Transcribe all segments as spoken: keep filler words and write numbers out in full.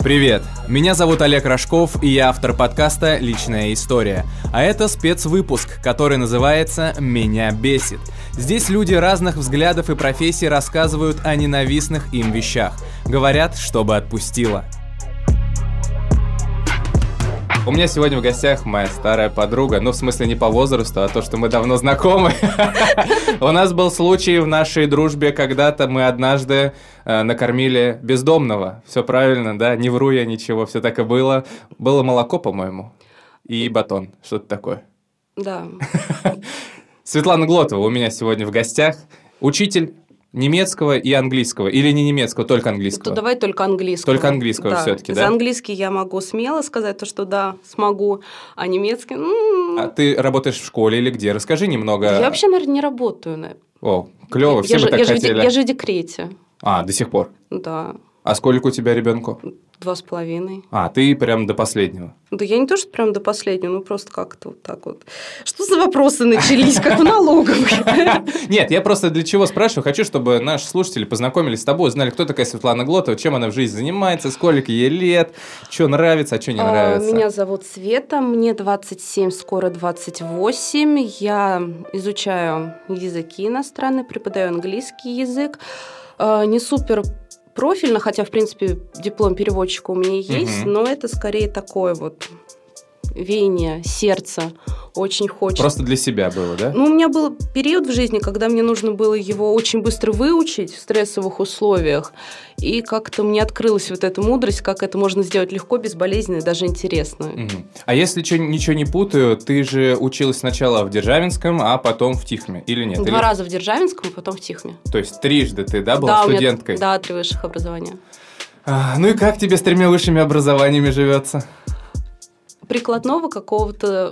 Привет, меня зовут Олег Рожков, и я автор подкаста «Личная история». А это спецвыпуск, который называется «Меня бесит». Здесь люди разных взглядов и профессий рассказывают о ненавистных им вещах. Говорят, чтобы отпустило. У меня сегодня в гостях моя старая подруга, ну, в смысле, не по возрасту, а то, что мы давно знакомы. У нас был случай в нашей дружбе, когда-то мы однажды накормили бездомного. Все правильно, да? Не вру я ничего, все так и было. Было молоко, по-моему, и батон, что-то такое. Да. Светлана Глотова у меня сегодня в гостях. Учитель немецкого и английского. Или не немецкого, только английского? То давай только английского. Только английского да. все-таки, да? За английский я могу смело сказать то, что да, смогу, а немецкий... М-м. А ты работаешь в школе или где? Расскажи немного. Я вообще, наверное, не работаю. Наверное. О, клево, все я бы же, так я хотели. Же, я же в декрете. А, до сих пор? Да. А сколько у тебя ребенку? Два с половиной. А, ты прям до последнего? Да я не то, что прям до последнего, ну просто как-то вот так вот. Что за вопросы начались, как в налоговой? Нет, я просто для чего спрашиваю. Хочу, чтобы наши слушатели познакомились с тобой, знали, кто такая Светлана Глотова, чем она в жизни занимается, сколько ей лет, что нравится, а что не нравится. Меня зовут Света, мне двадцать семь, скоро двадцать восемь. Я изучаю языки иностранные, преподаю английский язык. Не супер профильно, хотя, в принципе, диплом переводчика у меня есть, угу. но это скорее такое вот веяние сердца. Очень хочется. Просто для себя было, да? Ну, у меня был период в жизни, когда мне нужно было его очень быстро выучить в стрессовых условиях, и как-то мне открылась вот эта мудрость, как это можно сделать легко, безболезненно и даже интересно. Угу. А если чё, ничего не путаю, ты же училась сначала в Державинском, а потом в Тихме, или нет? Два или... раза в Державинском, а потом в Тихме. То есть трижды ты, да, была да, студенткой? У меня, да, три высших образования. А, ну и как тебе с тремя высшими образованиями живется? Прикладного какого-то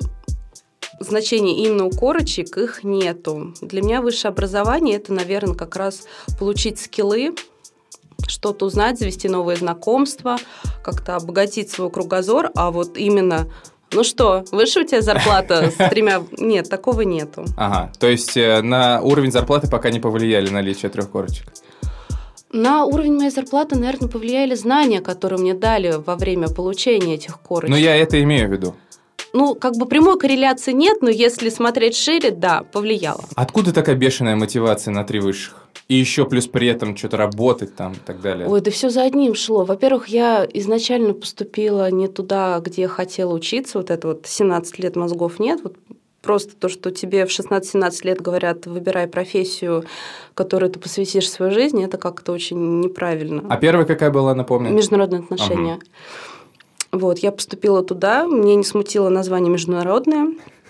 значения именно у корочек их нету. Для меня высшее образование – это, наверное, как раз получить скиллы, что-то узнать, завести новые знакомства, как-то обогатить свой кругозор, а вот именно… Ну что, выше у тебя зарплата с тремя… Нет, такого нету. Ага, то есть на уровень зарплаты пока не повлияли наличие трех корочек? На уровень моей зарплаты, наверное, повлияли знания, которые мне дали во время получения этих корочек. Ну, я это имею в виду. Ну, как бы прямой корреляции нет, но если смотреть шире, да, повлияло. Откуда такая бешеная мотивация на три высших? И еще плюс при этом что-то работать там и так далее? Ой, да все за одним шло. Во-первых, я изначально поступила не туда, где хотела учиться. Вот это вот семнадцать лет мозгов нет. Вот просто то, что тебе в шестнадцать-семнадцать лет говорят, выбирай профессию, которой ты посвятишь свою жизнь, это как-то очень неправильно. А первая какая была, напомню? Международные отношения. Ага. Вот, я поступила туда, мне не смутило название «международное».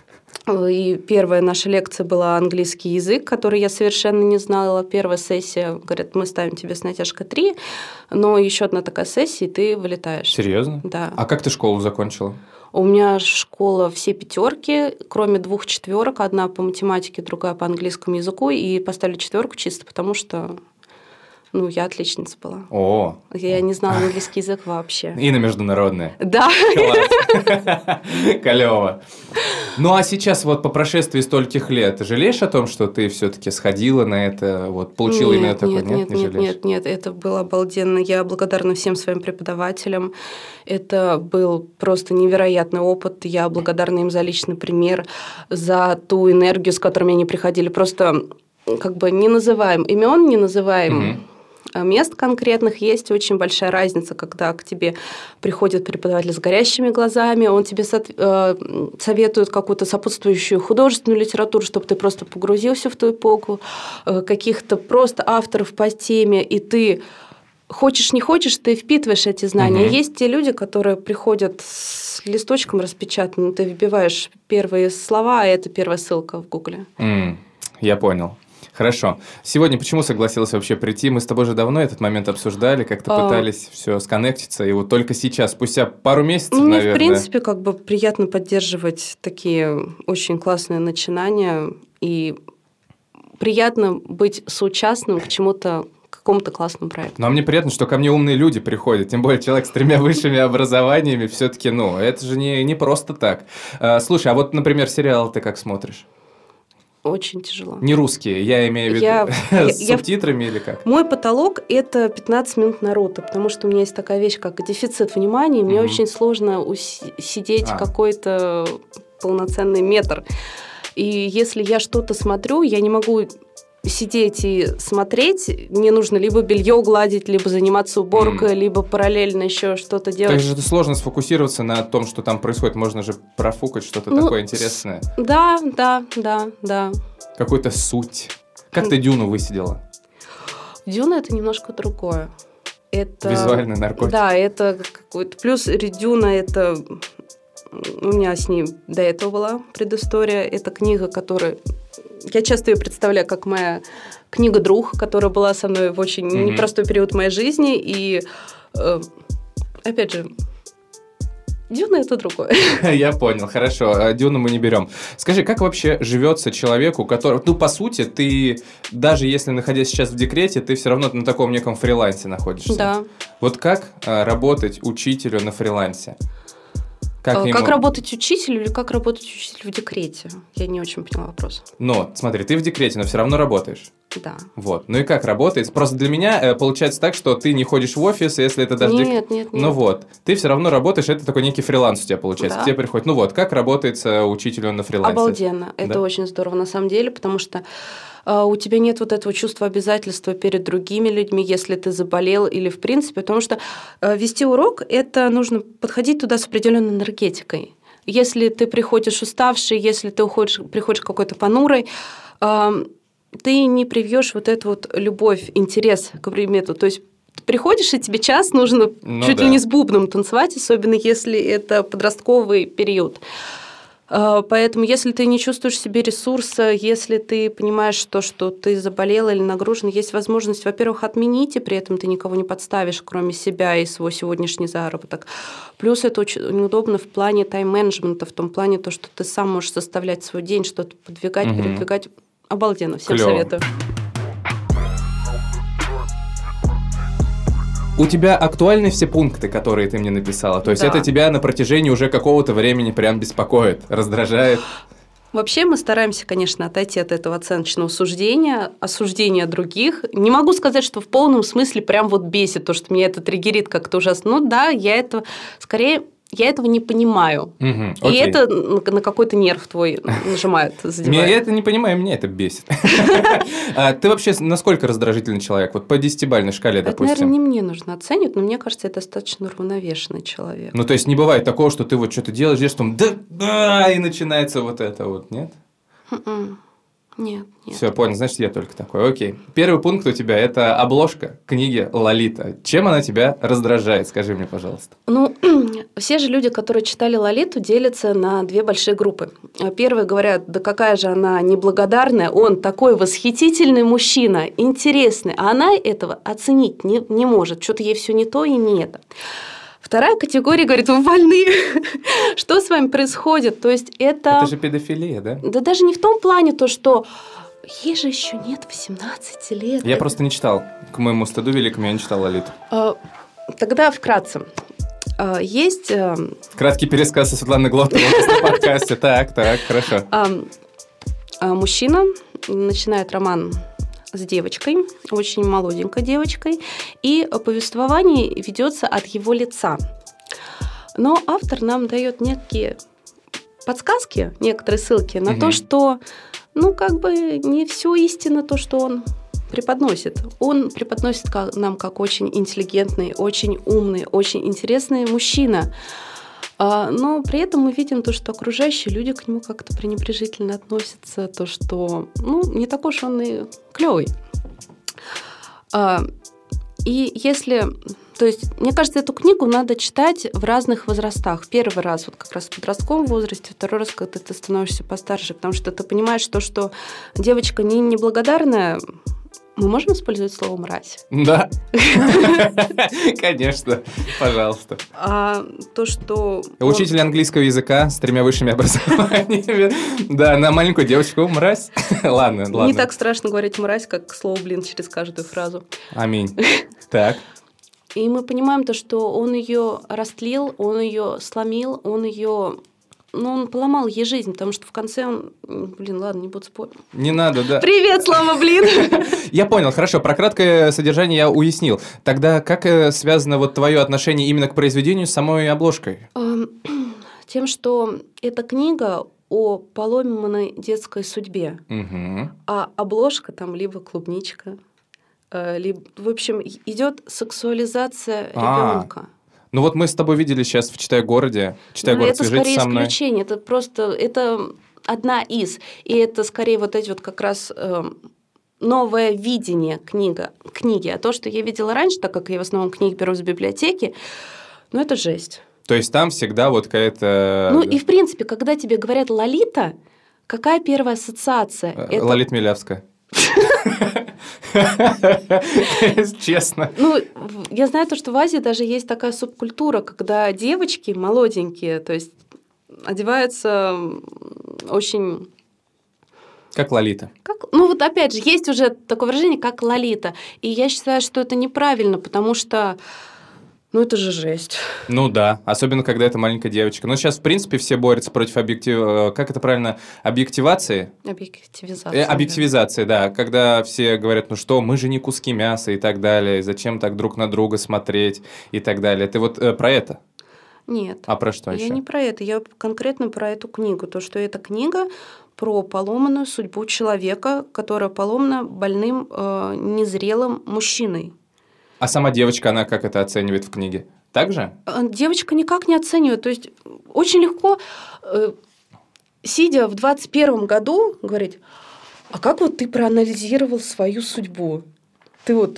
И первая наша лекция была английский язык, который я совершенно не знала. Первая сессия, говорят, мы ставим тебе с натяжкой три, но еще одна такая сессия, и ты вылетаешь. Серьезно? Да. А как ты школу закончила? У меня школа все пятерки, кроме двух четверок, одна по математике, другая по английскому языку, и поставили четверку чисто потому, что ну, я отличница была. О. Я не знала английский язык вообще. И на международное. Да. Класс. Клево. Ну, а сейчас вот по прошествии стольких лет жалеешь о том, что ты все-таки сходила на это, вот получила нет, именно такое? Нет, нет, не нет, нет, нет, это было обалденно. Я благодарна всем своим преподавателям. Это был просто невероятный опыт. Я благодарна им за личный пример, за ту энергию, с которой они приходили. Просто как бы не называем имен, не называем угу. мест конкретных. Есть очень большая разница, когда к тебе приходит преподаватель с горящими глазами, он тебе советует какую-то сопутствующую художественную литературу, чтобы ты просто погрузился в ту эпоху, каких-то просто авторов по теме, и ты хочешь, не хочешь, ты впитываешь эти знания. Угу. Есть те люди, которые приходят с листочком распечатанным, ты вбиваешь первые слова, а это первая ссылка в Гугле. Mm, я понял. Хорошо. Сегодня почему согласилась вообще прийти? Мы с тобой же давно этот момент обсуждали, как-то а... пытались все сконнектиться, и вот только сейчас, спустя пару месяцев, Мне, наверное... в принципе, как бы приятно поддерживать такие очень классные начинания, и приятно быть соучастным к чему-то, к какому-то классному проекту. Но мне приятно, что ко мне умные люди приходят, тем более человек с тремя высшими образованиями, все-таки, ну, это же не, не просто так. А, слушай, а вот, например, сериал ты как смотришь? Очень тяжело. Не русские, я имею в виду Я- с я- субтитрами или как? Мой потолок – это пятнадцать минут народа, потому что у меня есть такая вещь, как дефицит внимания, и мне Мгм. очень сложно уси- сидеть А. какой-то полноценный метр. И если я что-то смотрю, я не могу сидеть и смотреть. Мне нужно либо белье гладить, либо заниматься уборкой, М. либо параллельно еще что-то делать. Так же это сложно сфокусироваться на том, что там происходит. Можно же профукать что-то Ну, такое интересное. Да, да, да, да. Какую-то суть. Как ты Дюну высидела? Дюна – это немножко другое. Это... Визуальный наркотик. Да, это какой-то... Плюс Дюна – это... У меня с ней до этого была предыстория. Это книга, которая... Я часто ее представляю как моя книга-друг, которая была со мной в очень Мгм. непростой период моей жизни. И, э, опять же, Дюна – это другое. Я понял, хорошо. А Дюну мы не берем. Скажи, как вообще живется человеку, который... Ну, по сути, ты, даже если находясь сейчас в декрете, ты все равно на таком неком фрилансе находишься. Да. Вот как а, работать учителю на фрилансе? Как, Как, ему- как работать учителю или как работать учителю в декрете? Я не очень поняла вопрос. Но, смотри, ты в декрете, но все равно работаешь. Да. Вот. Ну и как работает? Просто для меня э, получается так, что ты не ходишь в офис, если это даже... дек- Нет, нет, нет. Ну вот, ты все равно работаешь, это такой некий фриланс у тебя получается. Да. К тебе приходит, ну вот, как работает э, учителю на фрилансе? Обалденно. Это Да. очень здорово на самом деле, потому что э, у тебя нет вот этого чувства обязательства перед другими людьми, если ты заболел или в принципе, потому что э, вести урок – это нужно подходить туда с определенной энергетикой. Если ты приходишь уставший, если ты уходишь, приходишь какой-то понурой, э, ты не привьешь вот эту вот любовь, интерес к предмету. То есть приходишь, и тебе час нужно Ну чуть да. ли не с бубном танцевать, особенно если это подростковый период. Э, Поэтому, если ты не чувствуешь в себе ресурса, если ты понимаешь, то, что ты заболел или нагружен, есть возможность, во-первых, отменить, и при этом ты никого не подставишь, кроме себя и свой сегодняшний заработок. Плюс это очень удобно в плане тайм-менеджмента, в том плане, то, что ты сам можешь составлять свой день, что-то подвигать, Мгм. передвигать. Обалденно, всем Клёво. советую. У тебя актуальны все пункты, которые ты мне написала? То есть Да. это тебя на протяжении уже какого-то времени прям беспокоит, раздражает? Вообще мы стараемся, конечно, отойти от этого оценочного суждения, осуждения других. Не могу сказать, что в полном смысле прям вот бесит то, что меня это триггерит как-то ужасно. Ну да, я этого, скорее, я этого не понимаю. Мгм, И окей. это на какой-то нерв твой нажимает, Меня- задевает. Я это не понимаю, меня это бесит. А Ты вообще насколько раздражительный человек? Вот по десятибалльной шкале, Это, наверное, допустим. не мне нужно оценивать, но мне кажется, я достаточно уравновешенный человек. Ну, то есть не бывает такого, что ты вот что-то делаешь, делаешь, там, да, да, и начинается вот это вот, нет? М-м. Нет, нет. Все, понял, значит, я только такой. Окей. Первый пункт у тебя – это обложка книги «Лолита». Чем она тебя раздражает? Скажи мне, пожалуйста. Ну, все же люди, которые читали «Лолиту», делятся на две большие группы. Первые говорят, да какая же она неблагодарная, он такой восхитительный мужчина, интересный, а она этого оценить не, не может, что-то ей все не то и не это. Вторая категория говорит, вы больны, что с вами происходит? То есть это... Это же педофилия, да? Да даже не в том плане то, что ей же еще нет восемнадцати лет. Я Это- просто не читал. К моему стыду великому я не читал «Лолиту». А, Тогда вкратце. А, Есть а, Краткий пересказ со Светланой Глотовой на подкасте. Так, так, хорошо. а, а, мужчина начинает роман с девочкой, очень молоденькой девочкой, и повествование ведется от его лица. Но автор нам дает некие подсказки, некоторые ссылки на Мгм. то, что, ну, как бы не все истинно то, что он преподносит. Он преподносит ка- нам как очень интеллигентный, очень умный, очень интересный мужчина. А, Но при этом мы видим то, что окружающие люди к нему как-то пренебрежительно относятся, то, что, ну, не такой уж он и клевый. И если... То есть, мне кажется, эту книгу надо читать в разных возрастах. Первый раз вот как раз в подростковом возрасте, второй раз, когда ты становишься постарше, потому что ты понимаешь то, что девочка не неблагодарная. Мы можем использовать слово «мразь»? Да. Конечно, пожалуйста. А то, что... он- Учитель английского языка с тремя высшими образованиями. Да, на маленькую девочку мразь. Ладно, ладно. Не так страшно говорить «мразь», как слово «блин» через каждую фразу. Аминь. Так. И мы понимаем то, что он ее растлил, он ее сломил, он ее ну, он поломал ей жизнь, потому что в конце он... Блин, ладно, не буду спорить. Не надо, да. Привет, Слава, блин! Я понял, хорошо, про краткое содержание я уяснил. Тогда как связано вот твое отношение именно к произведению с самой обложкой? Тем, что эта книга о поломанной детской судьбе, угу. а обложка там либо клубничка, либо, в общем, идет сексуализация ребенка. Ну вот мы с тобой видели сейчас в «Читай городе», «Читай город», свяжитесь со мной. Это скорее исключение, это просто, это одна из, и это скорее вот эти вот как раз э, новое видение книга, книги, а то, что я видела раньше, так как я в основном книги беру из библиотеки, ну это жесть. То есть там всегда вот какая-то... Ну и в принципе, когда тебе говорят «Лолита», какая первая ассоциация? Это... Лолита Милявская. Честно. Ну, я знаю то, что в Азии даже есть такая субкультура, когда девочки молоденькие, то есть одеваются очень... Как Лолита. Как? Ну вот опять же, есть уже такое выражение, как Лолита. И я считаю, что это неправильно, потому что ну, это же жесть. Ну да, особенно когда это маленькая девочка. Но сейчас, в принципе, все борются против объектив... Как это правильно? Объективации? Объективизации. Э, объективизации, да. да. Когда все говорят, ну что, мы же не куски мяса и так далее. Зачем так друг на друга смотреть и так далее. Ты вот э, про это? Нет. А про что еще? Я не про это. Я конкретно про эту книгу. То, что эта книга про поломанную судьбу человека, которая поломана больным, э, незрелым мужчиной. А сама девочка, она как это оценивает в книге? Так же? Девочка никак не оценивает. То есть очень легко, э, сидя в двадцать первом году, говорить, а как вот ты проанализировал свою судьбу? Ты вот...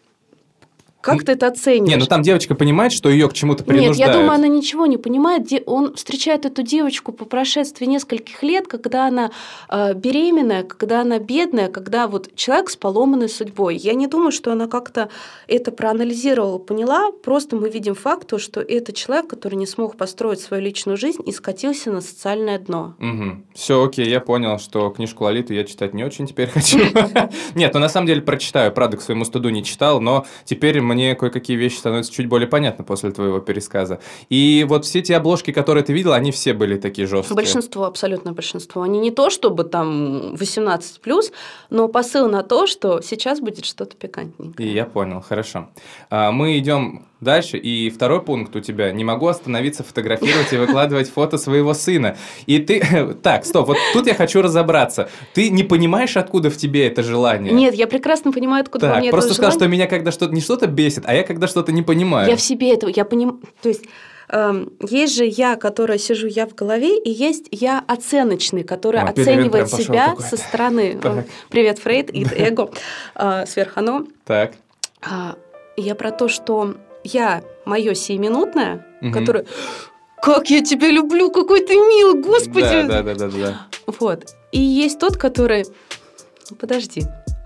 Как ты это оцениваешь? Не, ну там девочка понимает, что ее к чему-то принуждают. Нет, я думаю, она ничего не понимает. Он встречает эту девочку по прошествии нескольких лет, когда она э, беременная, когда она бедная, когда вот человек с поломанной судьбой. Я не думаю, что она как-то это проанализировала, поняла. Просто мы видим факт, что это человек, который не смог построить свою личную жизнь и скатился на социальное дно. Угу. Все, окей, я понял, что книжку Лолиту я читать не очень теперь хочу. Нет, ну на самом деле прочитаю. Правда, к своему стыду не читал, но теперь мне кое-какие вещи становятся чуть более понятны после твоего пересказа. И вот все те обложки, которые ты видел, они все были такие жесткие. Большинство, абсолютно большинство. Они не то, чтобы там восемнадцать плюс, но посыл на то, что сейчас будет что-то пикантненькое. И я понял, хорошо. Мы идем дальше, и второй пункт у тебя. Не могу остановиться фотографировать и выкладывать фото своего сына. И ты... Так, стоп, вот тут я хочу разобраться. Ты не понимаешь, откуда в тебе это желание? Нет, я прекрасно понимаю, откуда так, во мне это желание. Просто сказал, что меня когда что-то не что-то бесит, а я когда что-то не понимаю. Я в себе это... Я понимаю... То есть... Есть же я, которая сижу я в голове, и есть я оценочный, который О, оценивает себя какой-то. Со стороны. Так. Привет, Фрейд, id, эго, сверхоно. Так. Я про то, что я, мое сиюминутное, угу. которое... Как я тебя люблю, какой ты милый, господи! Да, да, да, да, да. Вот. И есть тот, который... Подожди.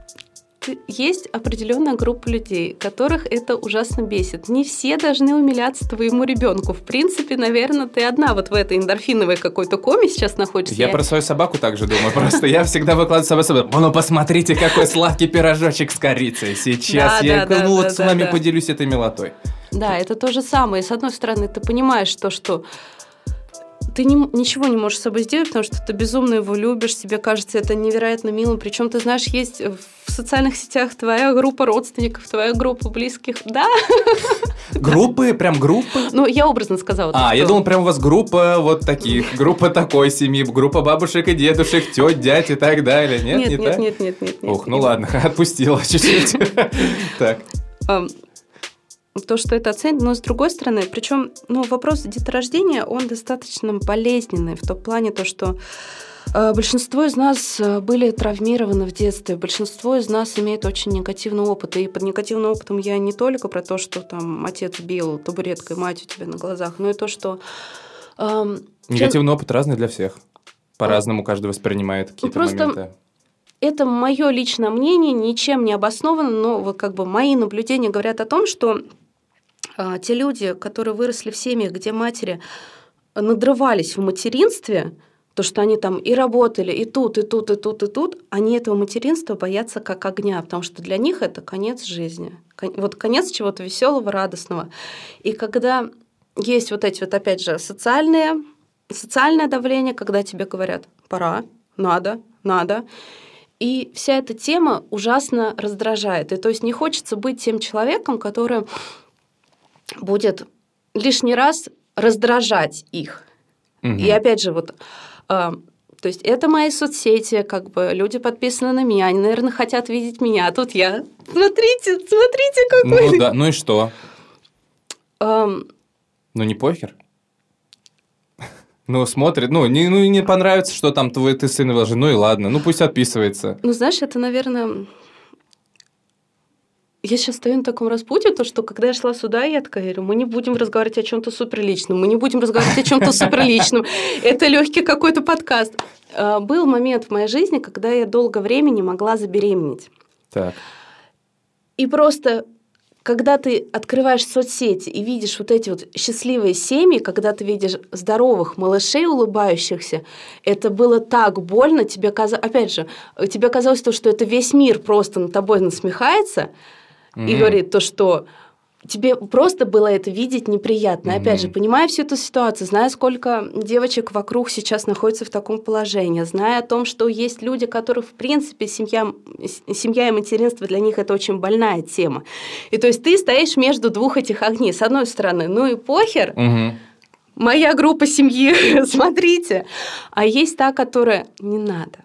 Есть определенная группа людей, которых это ужасно бесит. Не все должны умиляться твоему ребенку. В принципе, наверное, ты одна вот в этой эндорфиновой какой-то коме сейчас находишься. Я, я... про свою собаку также думаю. Просто я всегда выкладываю собаку. Ну, посмотрите, какой сладкий пирожочек с корицей. Сейчас я ну вот с вами поделюсь этой милотой. Да, это то же самое. С одной стороны, ты понимаешь то, что ты не, ничего не можешь с собой сделать, потому что ты безумно его любишь, тебе кажется это невероятно милым. Причем, ты знаешь, есть в социальных сетях твоя группа родственников, твоя группа близких. Да? Группы? Прям группы? Ну, я образно сказала. А, я думал, прям у вас группа вот таких, группа такой семьи, группа бабушек и дедушек, теть, дядь и так далее. Нет, нет, не нет, так? Нет, нет, нет, нет. Ух, ну ладно, отпустила чуть-чуть. Так. То, что это оценит, но с другой стороны, причем ну, вопрос деторождения, он достаточно болезненный в том плане, то, что э, большинство из нас были травмированы в детстве, большинство из нас имеет очень негативный опыт, и под негативным опытом я не только про то, что там отец бил табуреткой мать у тебя на глазах, но и то, что... Э, негативный чем... опыт разный для всех, по-разному каждый воспринимает какие-то Просто... моменты. Это мое личное мнение, ничем не обосновано, но вот как бы мои наблюдения говорят о том, что а, те люди, которые выросли в семьях, где матери надрывались в материнстве, то, что они там и работали, и тут, и тут, и тут, и тут, они этого материнства боятся как огня, потому что для них это конец жизни. Вот конец чего-то веселого, радостного. И когда есть вот эти вот, опять же, социальные социальное давление, когда тебе говорят «пора», «надо», «надо». И вся эта тема ужасно раздражает. И то есть не хочется быть тем человеком, который будет лишний раз раздражать их. Угу. И опять же, вот, э, то есть это мои соцсети, как бы люди подписаны на меня, они, наверное, хотят видеть меня, а тут я. Смотрите, смотрите, какой... Ну да, ну и что? Эм... Ну не похер? Ну, смотрит, ну не, ну, не понравится, что там твой ты сын выложил, ну и ладно, ну пусть отписывается. Ну, знаешь, это, наверное... Я сейчас стою на таком распутье, то, что когда я шла сюда, я такая говорю, мы не будем разговаривать о чем-то суперличном, мы не будем разговаривать о чем-то суперличном. Это легкий какой-то подкаст. Был момент в моей жизни, когда я долго времени могла забеременеть. Так. И просто, когда ты открываешь соцсети и видишь вот эти вот счастливые семьи, когда ты видишь здоровых малышей, улыбающихся, это было так больно. Тебе казалось, опять же, тебе казалось то, что это весь мир просто над тобой насмехается, и mm-hmm. говорит то, что тебе просто было это видеть неприятно. Mm-hmm. Опять же, понимая всю эту ситуацию, зная, сколько девочек вокруг сейчас находятся в таком положении, зная о том, что есть люди, которых, в принципе, семья, семья и материнство для них это очень больная тема. И то есть ты стоишь между двух этих огней. С одной стороны, ну и похер, mm-hmm. моя группа семьи, смотрите. А есть та, которая не надо.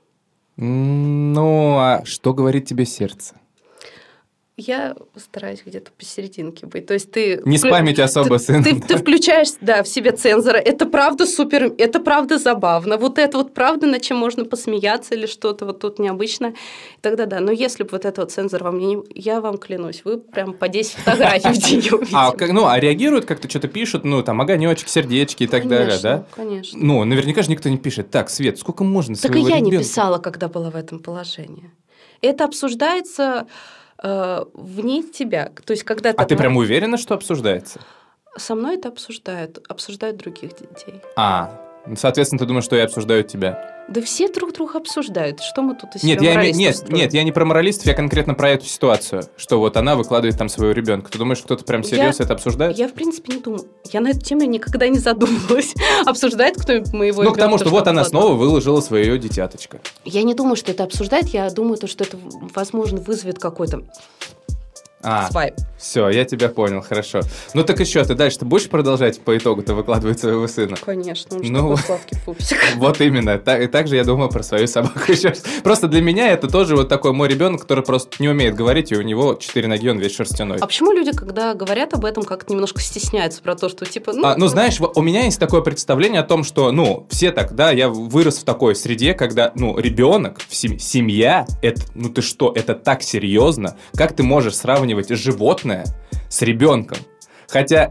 Ну, а что говорит тебе сердце? Я стараюсь где-то посерединке быть. То есть ты... Не вклю... спамить особо ты, сына. Ты, ты включаешь, да, в себе цензора. Это правда супер, это правда забавно. Вот это вот правда, над чем можно посмеяться или что-то вот тут необычное. Тогда да. Но если бы вот этот вот цензор во мне... Не... Я вам клянусь, вы прям по десять фотографий в день увидите. А, ну, а реагируют как-то, что-то пишут, ну, там, огонёчки, сердечки и так конечно, далее, да? Конечно, Ну, наверняка же никто не пишет. Так, Свет, сколько можно своего ребенка? Так и я ребенка? не писала, когда была в этом положении. Это обсуждается... вне тебя. То есть, когда а ты прям уверена, что обсуждается? Со мной это обсуждают. Обсуждают других детей. А, соответственно, ты думаешь, что и обсуждают тебя? Да все друг друга обсуждают. Что мы тут из нет, себя я моралистов нет, строим? Нет, я не про моралистов, я конкретно про эту ситуацию, что вот она выкладывает там своего ребенка. Ты думаешь, кто-то прям всерьез я, это обсуждает? Я, в принципе, не думаю. Я на эту тему никогда не задумывалась. Обсуждает кто-нибудь моего ну, ребенка? Ну, потому что, что вот она выкладывает. снова выложила свое дитяточко. Я не думаю, что это обсуждает. Я думаю, то, что это, возможно, вызовет какой-то... А, свайп. Все, я тебя понял, хорошо. Ну так и что, ты дальше ты будешь продолжать по итогу-то выкладывать своего сына? Конечно, он же ну, такой сладкий пупсик. Вот именно. Так, и так же я думаю про свою собаку еще. Просто для меня это тоже вот такой мой ребенок, который просто не умеет говорить, и у него четыре ноги, он весь шерстяной. А почему люди, когда говорят об этом, как-то немножко стесняются про то, что типа... Ну, а, ну знаешь, у меня есть такое представление о том, что, ну, все так, да, я вырос в такой среде, когда, ну, ребенок, семья, это, ну ты что, это так серьезно, как ты можешь сравнивать животное с ребенком? Хотя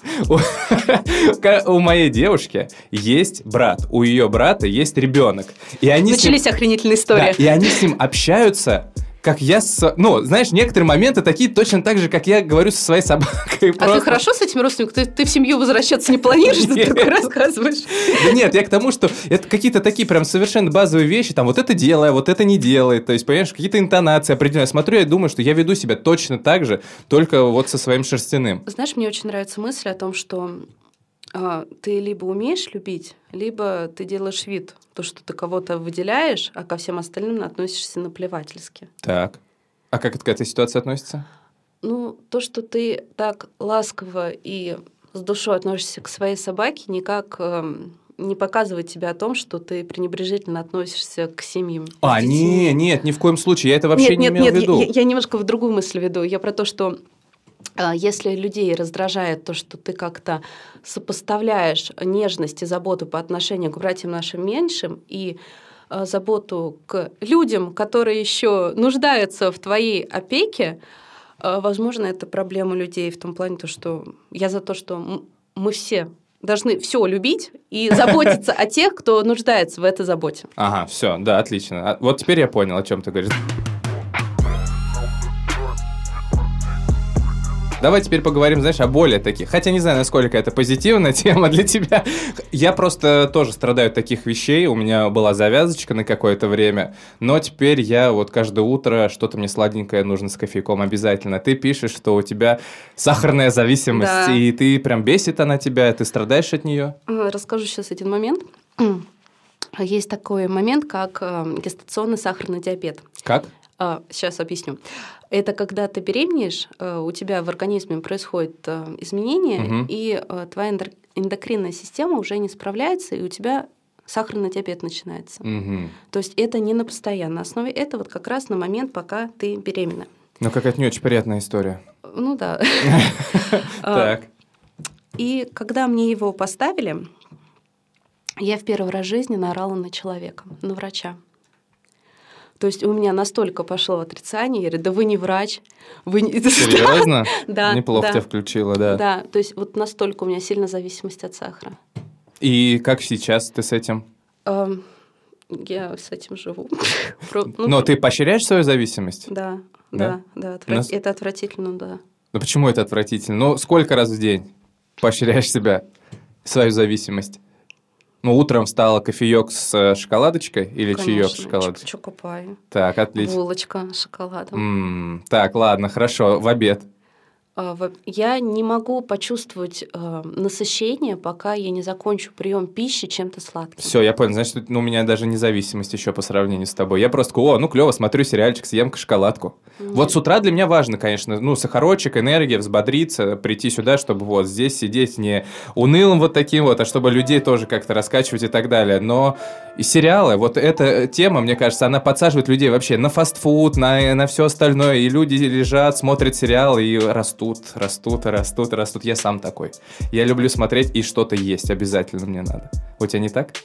у моей девушки есть брат, у ее брата есть ребенок. И они Начались ним... охренительные истории. Да, и они с ним общаются, как я с... Ну, знаешь, некоторые моменты такие точно так же, как я говорю со своей собакой. А просто... ты хорошо с этими родственниками? Ты, ты в семью возвращаться не планируешь, ты такой рассказываешь? Да нет, я к тому, что это какие-то такие прям совершенно базовые вещи, там вот это делай, вот это не делай, то есть, понимаешь, какие-то интонации определенные. Я смотрю, я думаю, что я веду себя точно так же, только вот со своим шерстяным. Знаешь, мне очень нравится мысль о том, что э, ты либо умеешь любить, либо ты делаешь вид, то, что ты кого-то выделяешь, а ко всем остальным относишься наплевательски. Так. А как это к этой ситуации относится? Ну, то, что ты так ласково и с душой относишься к своей собаке, никак э, не показывает тебе о том, что ты пренебрежительно относишься к семьям. А, нет, нет, ни в коем случае, я это вообще нет, не нет, имел нет, в виду. Я, я немножко в другую мысль веду. Я про то, что э, если людей раздражает то, что ты как-то сопоставляешь нежность и заботу по отношению к братьям нашим меньшим и э, заботу к людям, которые еще нуждаются в твоей опеке, э, возможно, это проблема людей в том плане, то, что я за то, что мы все должны все любить и заботиться о тех, кто нуждается в этой заботе. Ага, все, да, отлично. Вот теперь я понял, о чем ты говоришь. Давай теперь поговорим, знаешь, о более таких. Хотя не знаю, насколько это позитивная тема для тебя. Я просто тоже страдаю от таких вещей. У меня была завязочка на какое-то время. Но теперь я вот каждое утро что-то мне сладенькое нужно с кофейком обязательно. Ты пишешь, что у тебя сахарная зависимость. Да. И ты прям бесит она тебя. Ты страдаешь от нее? Расскажу сейчас один момент. Есть такой момент, как гестационный сахарный диабет. Как? Сейчас объясню. Это когда ты беременеешь, у тебя в организме происходят изменения, угу. и твоя эндокринная система уже не справляется, и у тебя сахарный диабет начинается. Угу. То есть это не на постоянной основе, это вот как раз на момент, пока ты беременна. Ну, какая-то не очень приятная история. Ну да. Так. И когда мне его поставили, я в первый раз в жизни наорала на человека, на врача. То есть у меня настолько пошло отрицание, я говорю, да вы не врач. Вы не... Серьезно? Да. Неплохо да. тебя включила, да. Да, то есть вот настолько у меня сильная зависимость от сахара. И как сейчас ты с этим? Um, я с этим живу. Но ты поощряешь свою зависимость? Да, да, да. Отвра... Нас... Это отвратительно, да. Ну почему это отвратительно? Ну сколько раз в день поощряешь себя, свою зависимость? Ну, утром встала кофеек с шоколадочкой или чаек с шоколадочкой? Чокопай. Так, отлично. Булочка с шоколадом. М-м, так, ладно, хорошо. В обед? Я не могу почувствовать э, насыщение, пока я не закончу прием пищи чем-то сладким. Все, я понял. Значит, ну, у меня даже независимость еще по сравнению с тобой. Я просто, о, ну клево, смотрю сериальчик, съем шоколадку. Нет. Вот с утра для меня важно, конечно, ну, сахарочек, энергия, взбодриться, прийти сюда, чтобы вот здесь сидеть не унылым вот таким вот, а чтобы людей тоже как-то раскачивать и так далее. Но и сериалы, вот эта тема, мне кажется, она подсаживает людей вообще на фастфуд, на, на все остальное. И люди лежат, смотрят сериалы и растут. Растут, растут, растут. Я сам такой. Я люблю смотреть, и что-то есть обязательно мне надо. У тебя не так?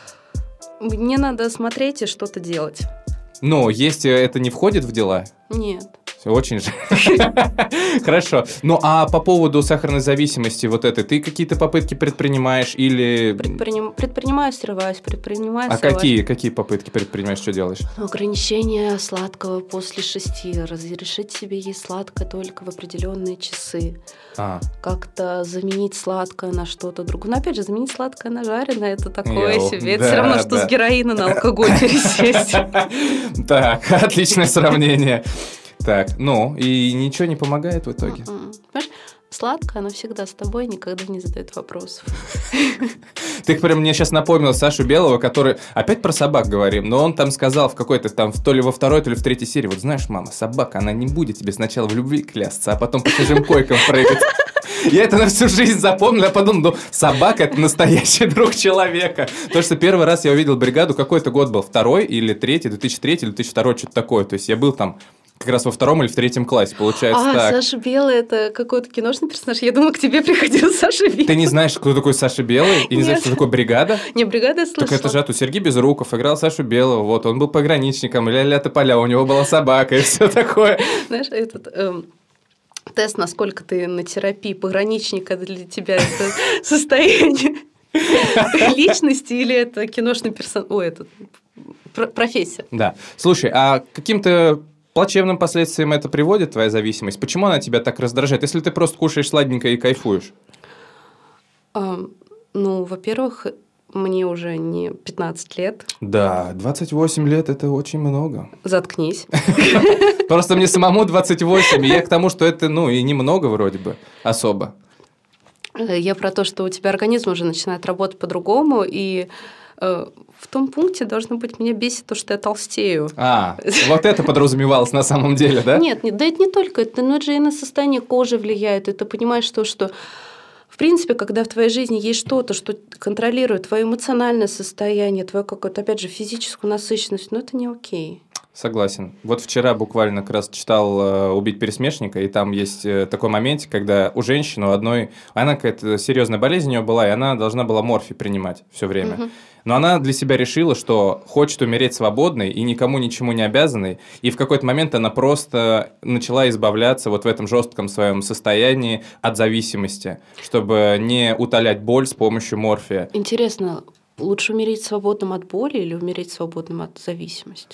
Мне надо смотреть и что-то делать. Ну, если это не входит в дела? Нет. Очень же. Хорошо. Ну, а по поводу сахарной зависимости вот этой, ты какие-то попытки предпринимаешь или... Предприним... Предпринимаю, срываюсь, предпринимаю, А срываюсь. какие, какие попытки предпринимаешь, что делаешь? Ограничение сладкого после шести, разрешить себе есть сладкое только в определенные часы. А. Как-то заменить сладкое на что-то другое. Но опять же, заменить сладкое на жареное, это такое Йоу, себе. Это да, все равно, что да. с героина на алкоголь пересесть. Так, отличное сравнение. Так, ну, и ничего не помогает в итоге? Понимаешь, сладкое, оно всегда с тобой, никогда не задает вопросов. Ты прям мне сейчас напомнил Сашу Белого, который... Опять про собак говорим, но он там сказал в какой-то там, то ли во второй, то ли в третьей серии, вот знаешь, мама, собака, она не будет тебе сначала в любви клясться, а потом по чужим койкам прыгать. Я это на всю жизнь запомнил, я подумал, ну, собака – это настоящий друг человека. То, что первый раз я увидел «Бригаду», какой-то год был, второй или третий, две тысячи третий или две тысячи второй, что-то такое. То есть я был там как раз во втором или в третьем классе, получается а, так. А, Саша Белый – это какой-то киношный персонаж? Я думала, к тебе приходил Саша Белый. Ты не знаешь, кто такой Саша Белый? И не Нет. знаешь, что такое «Бригада»? Не, «Бригада» я слышала. Так это же тут Сергей Безруков играл Сашу Белого, вот, он был пограничником, ля-ля тополя, у него была собака и все такое. Знаешь, этот... Эм... тест, насколько ты на терапии пограничника, для тебя это состояние личности или это киношный персонаж, ой, это профессия. Да. Слушай, а каким-то плачевным последствиям это приводит, твоя зависимость? Почему она тебя так раздражает, если ты просто кушаешь сладенькое и кайфуешь? А, ну, во-первых, мне уже не пятнадцать лет. Да, двадцать восемь лет – это очень много. Заткнись. Просто мне самому двадцать восемь, и я к тому, что это, ну, и немного вроде бы, особо. Я про то, что у тебя организм уже начинает работать по-другому, и э, в том пункте должно быть, меня бесит то, что я толстею. А, вот это подразумевалось на самом деле, да? Нет, нет, да это не только это, но это же и на состояние кожи влияет, и ты понимаешь то, что в принципе, когда в твоей жизни есть что-то, что контролирует твое эмоциональное состояние, твою какую-то, опять же, физическую насыщенность, ну это не окей. Согласен. Вот вчера буквально как раз читал «Убить пересмешника», и там есть такой момент, когда у женщины у одной, она какая-то серьезная болезнь у нее была, и она должна была морфий принимать все время. Угу. Но она для себя решила, что хочет умереть свободной и никому ничему не обязанной, и в какой-то момент она просто начала избавляться вот в этом жестком своем состоянии от зависимости, чтобы не утолять боль с помощью морфия. Интересно, лучше умереть свободным от боли или умереть свободным от зависимости?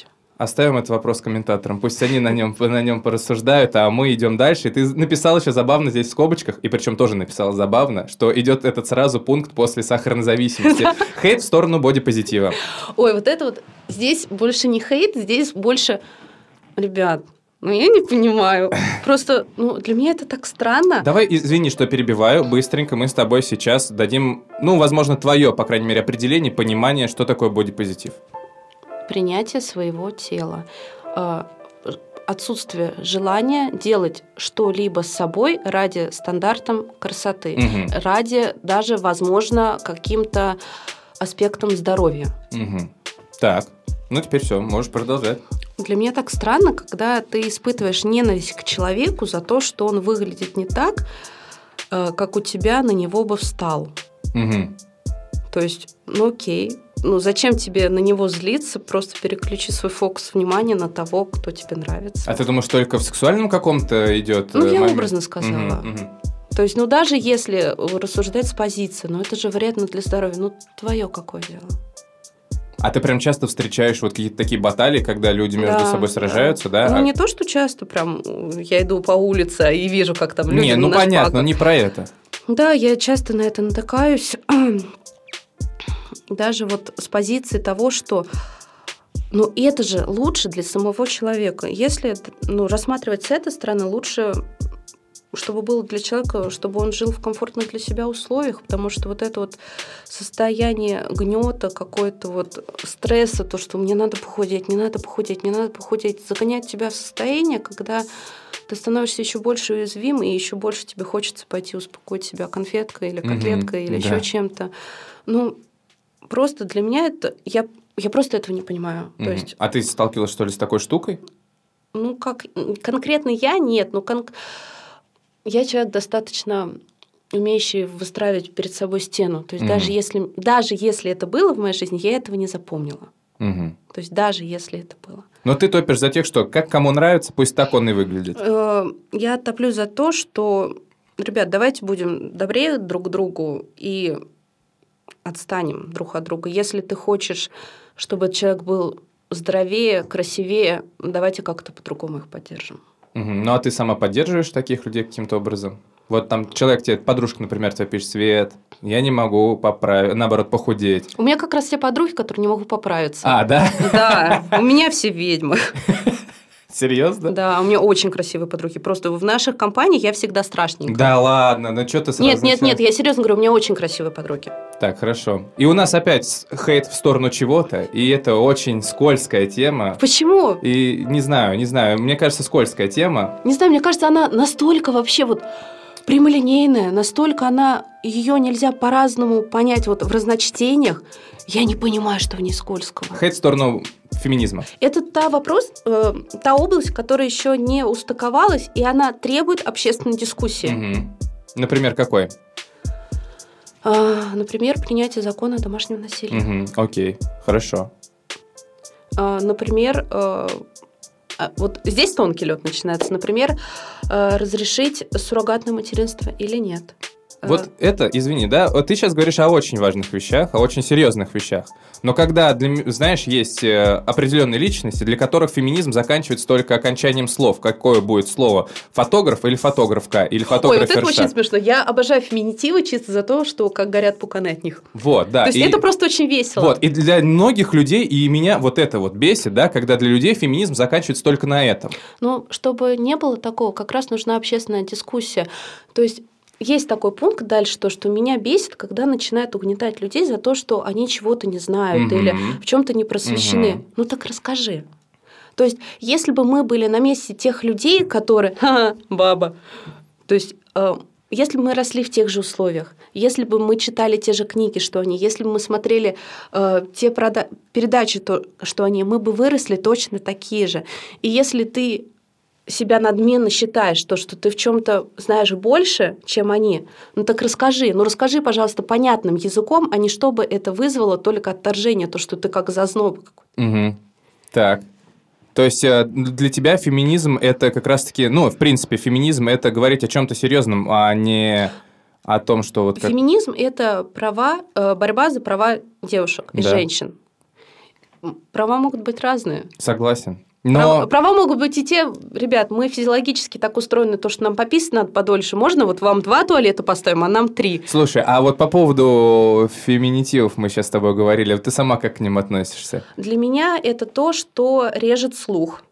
Оставим этот вопрос комментаторам. Пусть они на нем, на нем порассуждают, а мы идем дальше. И ты написал еще забавно здесь в скобочках, и причем тоже написал забавно, что идет этот сразу пункт после сахарной зависимости. Хейт в сторону бодипозитива. Ой, вот это вот... Здесь больше не хейт, здесь больше... Ребят, ну я не понимаю. Просто ну, для меня это так странно. Давай, извини, что перебиваю. Быстренько мы с тобой сейчас дадим, ну, возможно, твое, по крайней мере, определение, понимание, что такое бодипозитив. Принятие своего тела. Отсутствие желания делать что-либо с собой ради стандартов красоты. Угу. Ради даже, возможно, каким-то аспектом здоровья. Угу. Так, ну теперь все, можешь продолжать. Для меня так странно, когда ты испытываешь ненависть к человеку за то, что он выглядит не так, как у тебя на него бы встал. Угу. То есть, ну окей, ну зачем тебе на него злиться, просто переключи свой фокус внимания на того, кто тебе нравится. А ты думаешь, только в сексуальном каком-то идет? Ну, я момент? образно сказала. Угу, угу. То есть, ну даже если рассуждать с позиции, ну это же вредно для здоровья, ну твое какое дело? А ты прям часто встречаешь вот какие-то такие баталии, когда люди между да, собой сражаются, да? да? Ну, а... не то, что часто прям я иду по улице и вижу, как там люди не, ну понятно, но не про это. Да, я часто на это натыкаюсь. Даже вот с позиции того, что ну, это же лучше для самого человека. Если ну, рассматривать с этой стороны, лучше... чтобы было для человека, чтобы он жил в комфортных для себя условиях, потому что вот это вот состояние гнета, какой-то вот стресса, то, что мне надо похудеть, не надо похудеть, не надо похудеть, загоняет тебя в состояние, когда ты становишься еще больше уязвим, и еще больше тебе хочется пойти успокоить себя конфеткой или котлеткой, mm-hmm, или да. еще чем-то. Ну, просто для меня это... Я, я просто этого не понимаю. Mm-hmm. То есть, а ты сталкивалась, что ли, с такой штукой? Ну, как... Конкретно я нет, но... Кон... Я человек достаточно умеющий выстраивать перед собой стену. То есть угу. даже, если, даже если это было в моей жизни, я этого не запомнила. Угу. То есть даже если это было. Но ты топишь за тех, что как кому нравится, пусть так он и выглядит. Я топлю за то, что, ребят, давайте будем добрее друг к другу и отстанем друг от друга. Если ты хочешь, чтобы человек был здоровее, красивее, давайте как-то по-другому их поддержим. Угу. Ну, а ты сама поддерживаешь таких людей каким-то образом? Вот там человек тебе, подружка, например, тебе пишет: Свет, я не могу поправить, наоборот, похудеть. У меня как раз все подруги, которые не могут поправиться. А, да? Да, у меня все ведьмы. Серьезно? Да, у меня очень красивые подруги. Просто в наших компаниях я всегда страшненькая. Да ладно, ну что ты сразу... Нет, нет, нет, я серьезно говорю, у меня очень красивые подруги. Так, хорошо. И у нас опять хейт в сторону чего-то, и это очень скользкая тема. Почему? И не знаю, не знаю, мне кажется, скользкая тема. Не знаю, мне кажется, она настолько вообще вот прямолинейная, настолько она, ее нельзя по-разному понять вот в разночтениях. Я не понимаю, что в ней скользкого. Хейт в сторону феминизма. Это та вопрос, э, та область, которая еще не устыковалась, и она требует общественной дискуссии. Угу. Например, какой? А, например, принятие закона о домашнем насилии. Угу. Окей, хорошо. А, например, э, вот здесь тонкий лед начинается. Например, э, разрешить суррогатное материнство или нет. Вот это, извини, да, вот ты сейчас говоришь о очень важных вещах, о очень серьезных вещах. Но когда, для, знаешь, есть определенные личности, для которых феминизм заканчивается только окончанием слов. Какое будет слово? Фотограф или фотографка? Или фотограферша? Ой, вот это очень смешно. Я обожаю феминитивы чисто за то, что как горят пуканы от них. Вот, да. То есть и, это просто очень весело. Вот, и для многих людей, и меня вот это вот бесит, да, когда для людей феминизм заканчивается только на этом. Ну, чтобы не было такого, как раз нужна общественная дискуссия. То есть есть такой пункт дальше, то, что меня бесит, когда начинают угнетать людей за то, что они чего-то не знают mm-hmm. или в чем-то не просвещены. Mm-hmm. Ну так расскажи. То есть, если бы мы были на месте тех людей, которые... Ха-ха, баба. То есть, э, если бы мы росли в тех же условиях, если бы мы читали те же книги, что они, если бы мы смотрели э, те прода- передачи, то, что они, мы бы выросли точно такие же. И если ты себя надменно считаешь, то, что ты в чем-то знаешь больше, чем они, ну так расскажи. Ну расскажи, пожалуйста, понятным языком, а не чтобы это вызвало только отторжение, то, что ты как зазноб какой-то. Угу. Так. То есть для тебя феминизм – это как раз-таки, ну, в принципе, феминизм – это говорить о чем-то серьезном, а не о том, что вот… Как... Феминизм – это права, борьба за права девушек и да. женщин. Права могут быть разные. Согласен. Но... Права, права могут быть и те, ребят, мы физиологически так устроены, то, что нам пописать надо подольше. Можно вот вам два туалета поставим, а нам три. Слушай, а вот по поводу феминитивов мы сейчас с тобой говорили, ты сама как к ним относишься? Для меня это то, что режет слух.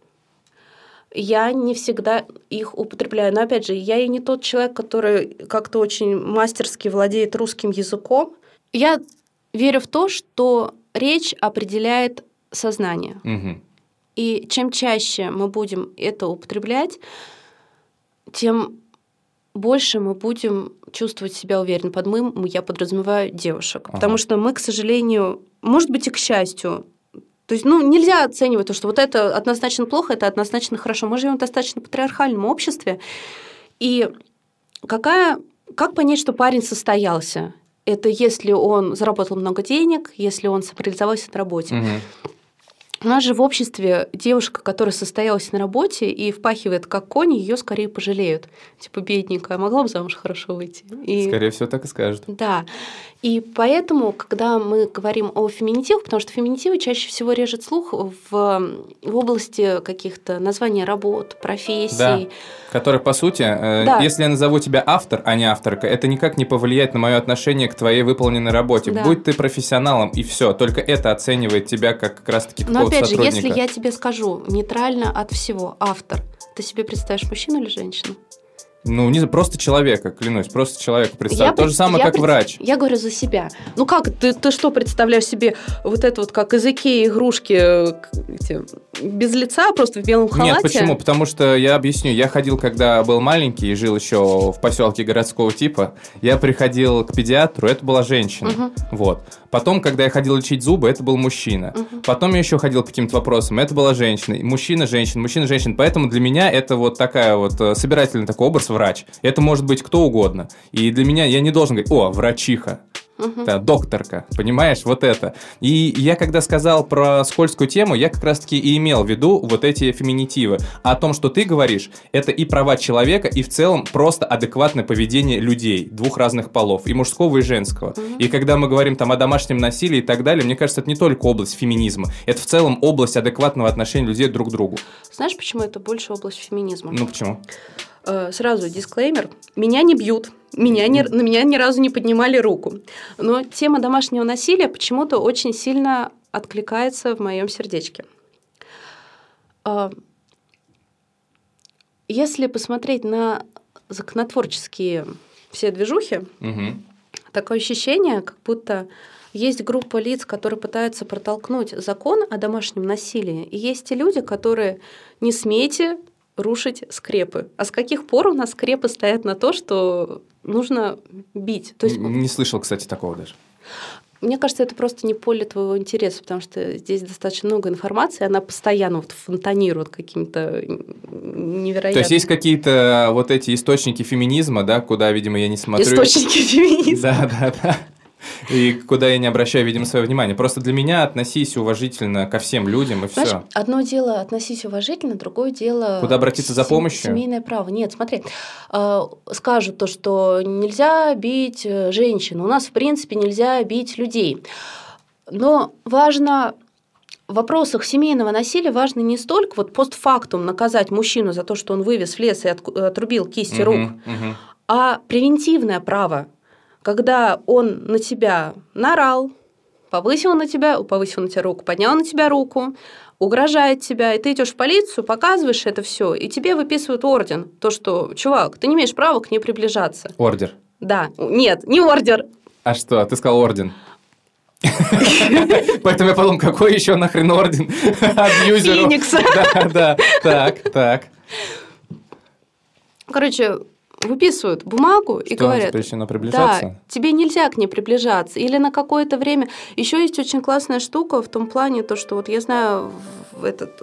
Я не всегда их употребляю. Но, опять же, я и не тот человек, который как-то очень мастерски владеет русским языком. Я верю в то, что речь определяет сознание. Угу. И чем чаще мы будем это употреблять, тем больше мы будем чувствовать себя уверенно. Под «мы» я подразумеваю девушек. Ага. Потому что мы, к сожалению, может быть, и к счастью, то есть, ну, нельзя оценивать то, что вот это однозначно плохо, это однозначно хорошо. Мы живем в достаточно патриархальном обществе. И какая, как понять, что парень состоялся? Это если он заработал много денег, если он самореализовался на работе. Угу. У нас же в обществе девушка, которая состоялась на работе и впахивает как конь, ее скорее пожалеют. Типа, бедненькая, могла бы замуж хорошо выйти. И... Скорее всего, так и скажут. Да. И поэтому, когда мы говорим о феминитивах, потому что феминитивы чаще всего режет слух в, в области каких-то названий работ, профессий. Да, которые, по сути, да. э, если я назову тебя автор, а не авторка, это никак не повлияет на мое отношение к твоей выполненной работе. Да. Будь ты профессионалом, и все. Только это оценивает тебя как как раз-таки какого-то сотрудника. Но опять сотрудника. же, если я тебе скажу нейтрально от всего, автор, ты себе представишь мужчину или женщину? Ну, не просто человека, клянусь, просто человека представь. Я То же самое, как пред... врач. Я говорю за себя. Ну как, ты, ты что представляешь себе вот это вот как из Икеи игрушки эти, без лица, просто в белом халате? Нет, почему? Потому что, я объясню, я ходил, когда был маленький и жил еще в поселке городского типа, я приходил к педиатру, это была женщина. Угу. Вот. Потом, когда я ходил лечить зубы, это был мужчина. Угу. Потом я еще ходил по каким-то вопросам, это была женщина. Мужчина, женщина, мужчина, женщина. Поэтому для меня это вот такая вот собирательный такой образ врач. Это может быть кто угодно. И для меня я не должен говорить: о, врачиха. Uh-huh. Да, докторка, понимаешь, вот это. И я когда сказал про скользкую тему, я как раз-таки и имел в виду вот эти феминитивы. А о том, что ты говоришь, это и права человека, и в целом просто адекватное поведение людей двух разных полов, и мужского, и женского. Uh-huh. И когда мы говорим там о домашнем насилии и так далее, мне кажется, это не только область феминизма, это в целом область адекватного отношения людей друг к другу. Знаешь, почему это больше область феминизма? Ну, почему? Сразу дисклеймер. Меня не бьют, меня не, на меня ни разу не поднимали руку. Но тема домашнего насилия почему-то очень сильно откликается в моем сердечке. Если посмотреть на законотворческие все движухи, угу. такое ощущение, как будто есть группа лиц, которые пытаются протолкнуть закон о домашнем насилии, и есть те люди, которые не смейте рушить скрепы. А с каких пор у нас скрепы стоят на то, что нужно бить? То есть... Не слышал, кстати, такого даже. Мне кажется, это просто не поле твоего интереса, потому что здесь достаточно много информации, она постоянно вот фонтанирует каким-то невероятным... То есть есть какие-то вот эти источники феминизма, да, куда, видимо, я не смотрю... Источники феминизма. Да, да, да. И куда я не обращаю, видимо, свое внимание. Просто для меня относись уважительно ко всем людям, и все. Знаешь, одно дело относись уважительно, другое дело... Куда обратиться за помощью? Семейное право. Нет, смотри, скажут то, что нельзя бить женщин, у нас, в принципе, нельзя бить людей. Но важно... В вопросах семейного насилия важно не столько вот постфактум наказать мужчину за то, что он вывез в лес и отрубил кисти рук, uh-huh, uh-huh. а превентивное право. Когда он на тебя наорал, повысил на тебя, повысил на тебя руку, поднял на тебя руку, угрожает тебя, и ты идешь в полицию, показываешь это все, и тебе выписывают орден. То, что, чувак, ты не имеешь права к ней приближаться. Ордер? Да. Нет, не ордер. А что? Ты сказал орден. Поэтому я подумал, какой еще нахрен орден абьюзеру? Феникс. Да, да, так, так. Короче... выписывают бумагу и что говорят, запрещено приближаться? Да, тебе нельзя к ней приближаться. Или на какое-то время. Еще есть очень классная штука в том плане, то, что вот я знаю, в, этот,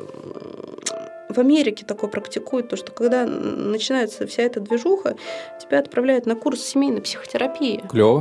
в Америке такое практикуют, то, что когда начинается вся эта движуха, тебя отправляют на курс семейной психотерапии. Клево.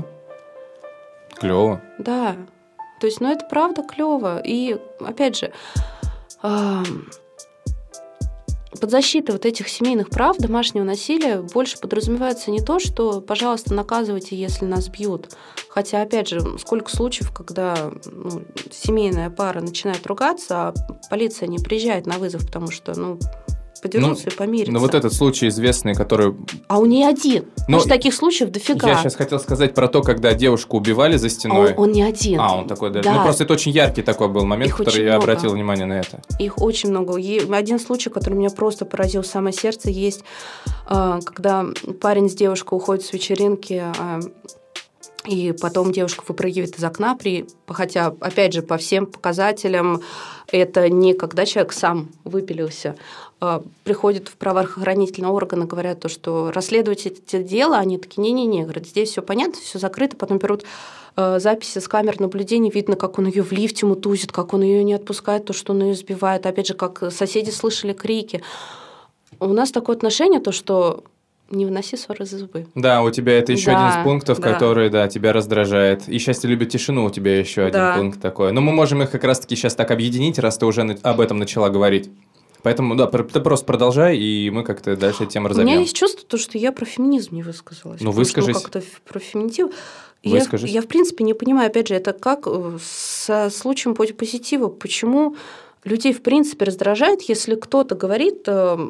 Клево. Да. То есть, ну, это правда клево. И, опять же, под защитой вот этих семейных прав домашнего насилия больше подразумевается не то, что, пожалуйста, наказывайте, если нас бьют. Хотя, опять же, сколько случаев, когда ну, семейная пара начинает ругаться, а полиция не приезжает на вызов, потому что, ну, подерутся ну, и помирятся. Ну, вот этот случай известный, который... А он не один. Но... Может, таких случаев дофига. Я сейчас хотел сказать про то, когда девушку убивали за стеной. А он, он не один. А, он такой даже. Да. Ну, просто это очень яркий такой был момент, Их который я много. обратил внимание на это. Их очень много. Один случай, который меня просто поразил в самое сердце, есть, когда парень с девушкой уходит с вечеринки, и потом девушка выпрыгивает из окна, при... хотя, опять же, по всем показателям, это не когда человек сам выпилился. Приходят в правоохранительные органы, говорят, то, что расследовать это дело, они такие, не-не-не, говорят, здесь все понятно, все закрыто, потом берут записи с камер наблюдения, видно, как он ее в лифте мутузит, как он ее не отпускает, то, что он ее сбивает, опять же, как соседи слышали крики. У нас такое отношение, то, что не выноси ссоры за зубы. Да, у тебя это еще да, один из пунктов, да. который, да, тебя раздражает. И счастье любит тишину, у тебя еще один да. пункт такой. Но мы можем их как раз-таки сейчас так объединить, раз ты уже об этом начала говорить. Поэтому, да, ты просто продолжай, и мы как-то дальше тему разовьем. У меня есть чувство, то, что я про феминизм не высказалась. Ну, выскажись. Ну, как-то про феминитив. Выскажись. Я, я, в принципе, не понимаю, опять же, это как со случаем позитива. Почему людей, в принципе, раздражает, если кто-то говорит...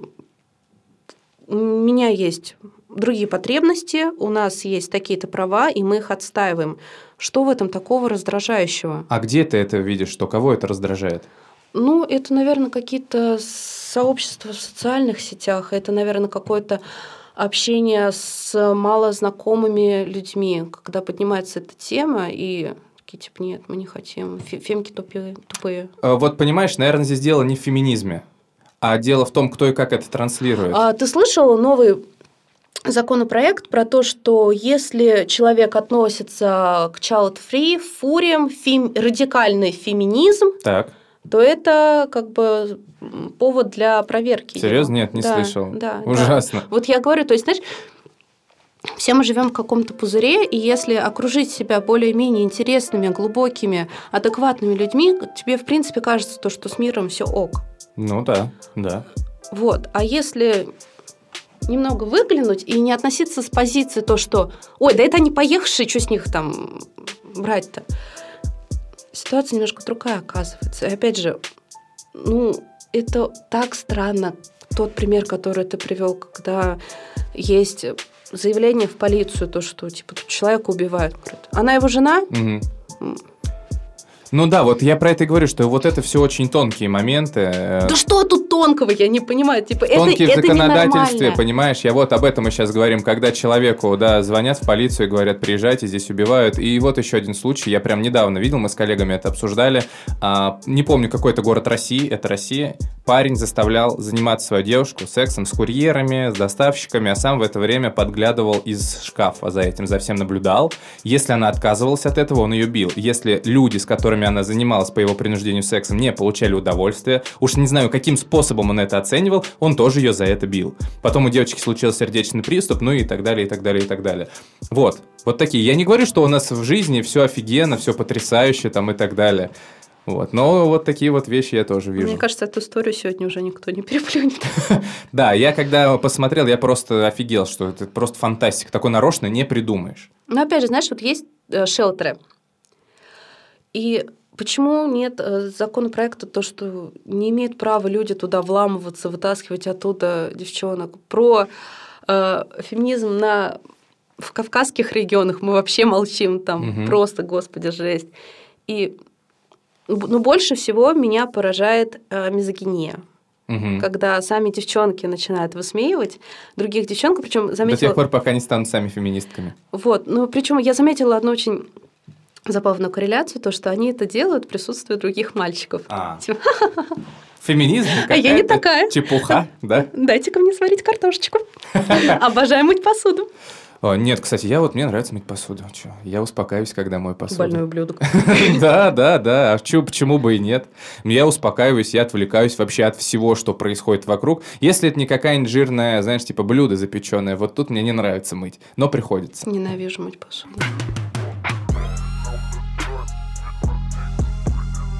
У меня есть другие потребности, у нас есть такие-то права, и мы их отстаиваем. Что в этом такого раздражающего? А где ты это видишь, что кого это раздражает? Ну, это, наверное, какие-то сообщества в социальных сетях, это, наверное, какое-то общение с малознакомыми людьми, когда поднимается эта тема, и такие, типа, нет, мы не хотим, фемки тупые. тупые. Вот, понимаешь, наверное, здесь дело не в феминизме. А дело в том, кто и как это транслирует. А, ты слышал новый законопроект про то, что если человек относится к child-free, фуриям, фем... радикальный феминизм, так. то это как бы повод для проверки. Серьезно? его. Нет, не да, слышал. Да, ужасно. Да. Вот я говорю, то есть, знаешь, все мы живем в каком-то пузыре, и если окружить себя более-менее интересными, глубокими, адекватными людьми, тебе, в принципе, кажется, то, что с миром все ок. Ну да, да. Вот. А если немного выглянуть и не относиться с позиции то, что ой, да это они поехавшие, что с них там брать-то? Ситуация немножко другая оказывается. И опять же, ну, это так странно. Тот пример, который ты привел, когда есть заявление в полицию, то, что типа человека убивают. Она его жена? Угу. Ну да, вот я про это и говорю, что вот это все очень тонкие моменты. Да что тут тонкого, я не понимаю. Типа, Тонкие это, в законодательстве, это понимаешь? Я вот об этом мы сейчас говорим, когда человеку, да, звонят в полицию и говорят, приезжайте, здесь убивают. И вот еще один случай, я прям недавно видел, мы с коллегами это обсуждали. А, не помню, какой-то город России, это Россия. Парень заставлял заниматься свою девушку сексом с курьерами, с доставщиками, а сам в это время подглядывал из шкафа за этим, за всем наблюдал. Если она отказывалась от этого, он ее бил. Если люди, с которыми она занималась по его принуждению сексом, не получали удовольствия, уж не знаю, каким способом он это оценивал, он тоже ее за это бил. Потом у девочки случился сердечный приступ, ну и так далее, и так далее, и так далее. Вот, вот такие. Я не говорю, что у нас в жизни все офигенно, все потрясающе там и так далее. Вот. Но вот такие вот вещи я тоже вижу. Мне кажется, эту историю сегодня уже никто не переплюнет. Да, я когда посмотрел, я просто офигел, что это просто фантастика. Такой нарочно не придумаешь. Но опять же, знаешь, вот есть шелтеры. И почему нет законопроекта, то, что не имеют права люди туда вламываться, вытаскивать оттуда девчонок? Про э, феминизм на... в кавказских регионах мы вообще молчим, там угу. просто, господи, жесть. И ну, больше всего меня поражает э, мизогиния. Угу. Когда сами девчонки начинают высмеивать других девчонок, причем заметила... До тех пор, пока не станут сами феминистками. Вот, ну причем я заметила одну очень забавную корреляцию, то, что они это делают в присутствии других мальчиков. А. Феминизм какая-то а я не такая. Чепуха, да? Дайте-ка мне сварить картошечку. Обожаю мыть посуду. О, нет, кстати, я вот, мне нравится мыть посуду. Чё? Я успокаиваюсь, когда мою посуду. Больной ублюдок. Да, да, да. А чё, почему бы и нет? Я успокаиваюсь, я отвлекаюсь вообще от всего, что происходит вокруг. Если это не какая-нибудь жирная, знаешь, типа блюдо запеченное, вот тут мне не нравится мыть. Но приходится. Ненавижу мыть посуду.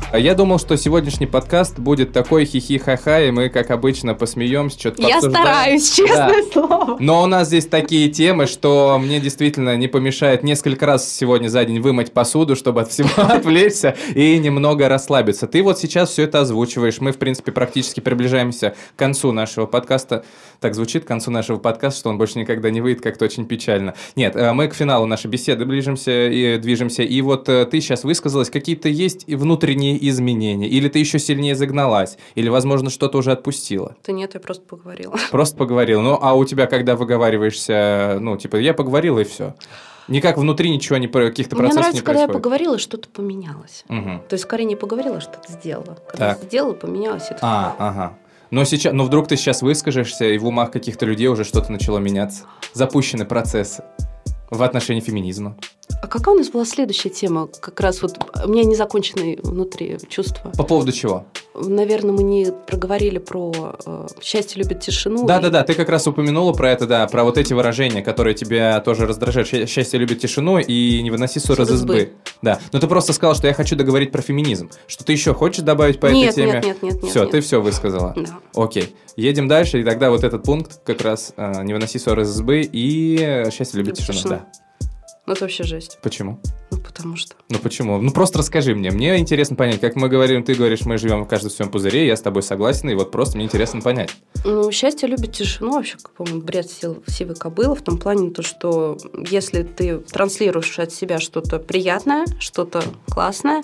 Я думал, что сегодняшний подкаст будет такой хихи-ха-ха, и мы, как обычно, посмеемся, что-то Я пообсуждаем. стараюсь, честное Да. слово. Но у нас здесь такие темы, что мне действительно не помешает несколько раз сегодня за день вымыть посуду, чтобы от всего отвлечься и немного расслабиться. Ты вот сейчас все это озвучиваешь. Мы, в принципе, практически приближаемся к концу нашего подкаста. Так звучит, к концу нашего подкаста, что он больше никогда не выйдет, как-то очень печально. Нет, мы к финалу нашей беседы ближимся и движемся. И вот ты сейчас высказалась, какие-то есть и внутренние изменения? Или ты еще сильнее загналась? Или, возможно, что-то уже отпустила? Да нет, я просто поговорила. Просто поговорила. Ну, а у тебя, когда выговариваешься, ну, типа, я поговорила и все. Никак внутри ничего, не, каких-то Мне процессов нравится, не когда я происходит? поговорила, что-то поменялось. Угу. То есть, скорее не поговорила, что-то сделала. Когда Так. сделала, поменялось. Это А, ага. Но, сейчас, но вдруг ты сейчас выскажешься, и в умах каких-то людей уже что-то начало меняться. Запущены процессы в отношении феминизма. А какая у нас была следующая тема? Как раз вот у меня незаконченные внутри чувства. По поводу чего? Наверное, мы не проговорили про э, «счастье любит тишину». Да-да-да, ты как раз упомянула про это, да, про вот эти выражения, которые тебя тоже раздражают. Щ- «Счастье любит тишину» и «не выноси ссор из избы». Да, но ты просто сказал, что я хочу договорить про феминизм. Что ты еще хочешь добавить по нет, этой теме? Нет, нет, нет, нет. Все, нет. ты все высказала. Да. Окей, едем дальше, и тогда вот этот пункт как раз э, «не выноси ссор из избы» и «счастье любит тишину». Тишину. Да. Ну, это вообще жесть. Почему? Ну, потому что... Ну почему? Ну просто расскажи мне. Мне интересно понять, как мы говорим, ты говоришь, мы живем каждый в своем пузыре, я с тобой согласен, и вот просто мне интересно понять. Ну, счастье любит тишину, вообще, как по-моему, бред сил- сивой кобылы, в том плане, то, что если ты транслируешь от себя что-то приятное, что-то классное,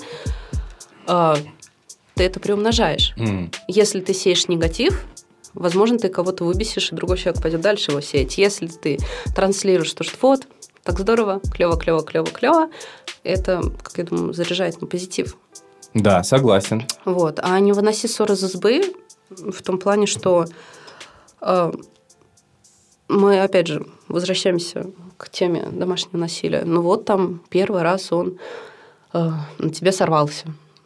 э, ты это приумножаешь. Mm. Если ты сеешь негатив, возможно, ты кого-то выбесишь, и другой человек пойдет дальше его сеять. Если ты транслируешь то, что вот, так здорово, клево, клево, клево, клево, это, как я думаю, заряжает на позитив. Да, согласен. Вот. А не выноси ссор из избы в том плане, что э, мы, опять же, возвращаемся к теме домашнего насилия. Ну вот там первый раз он э, на тебя сорвался.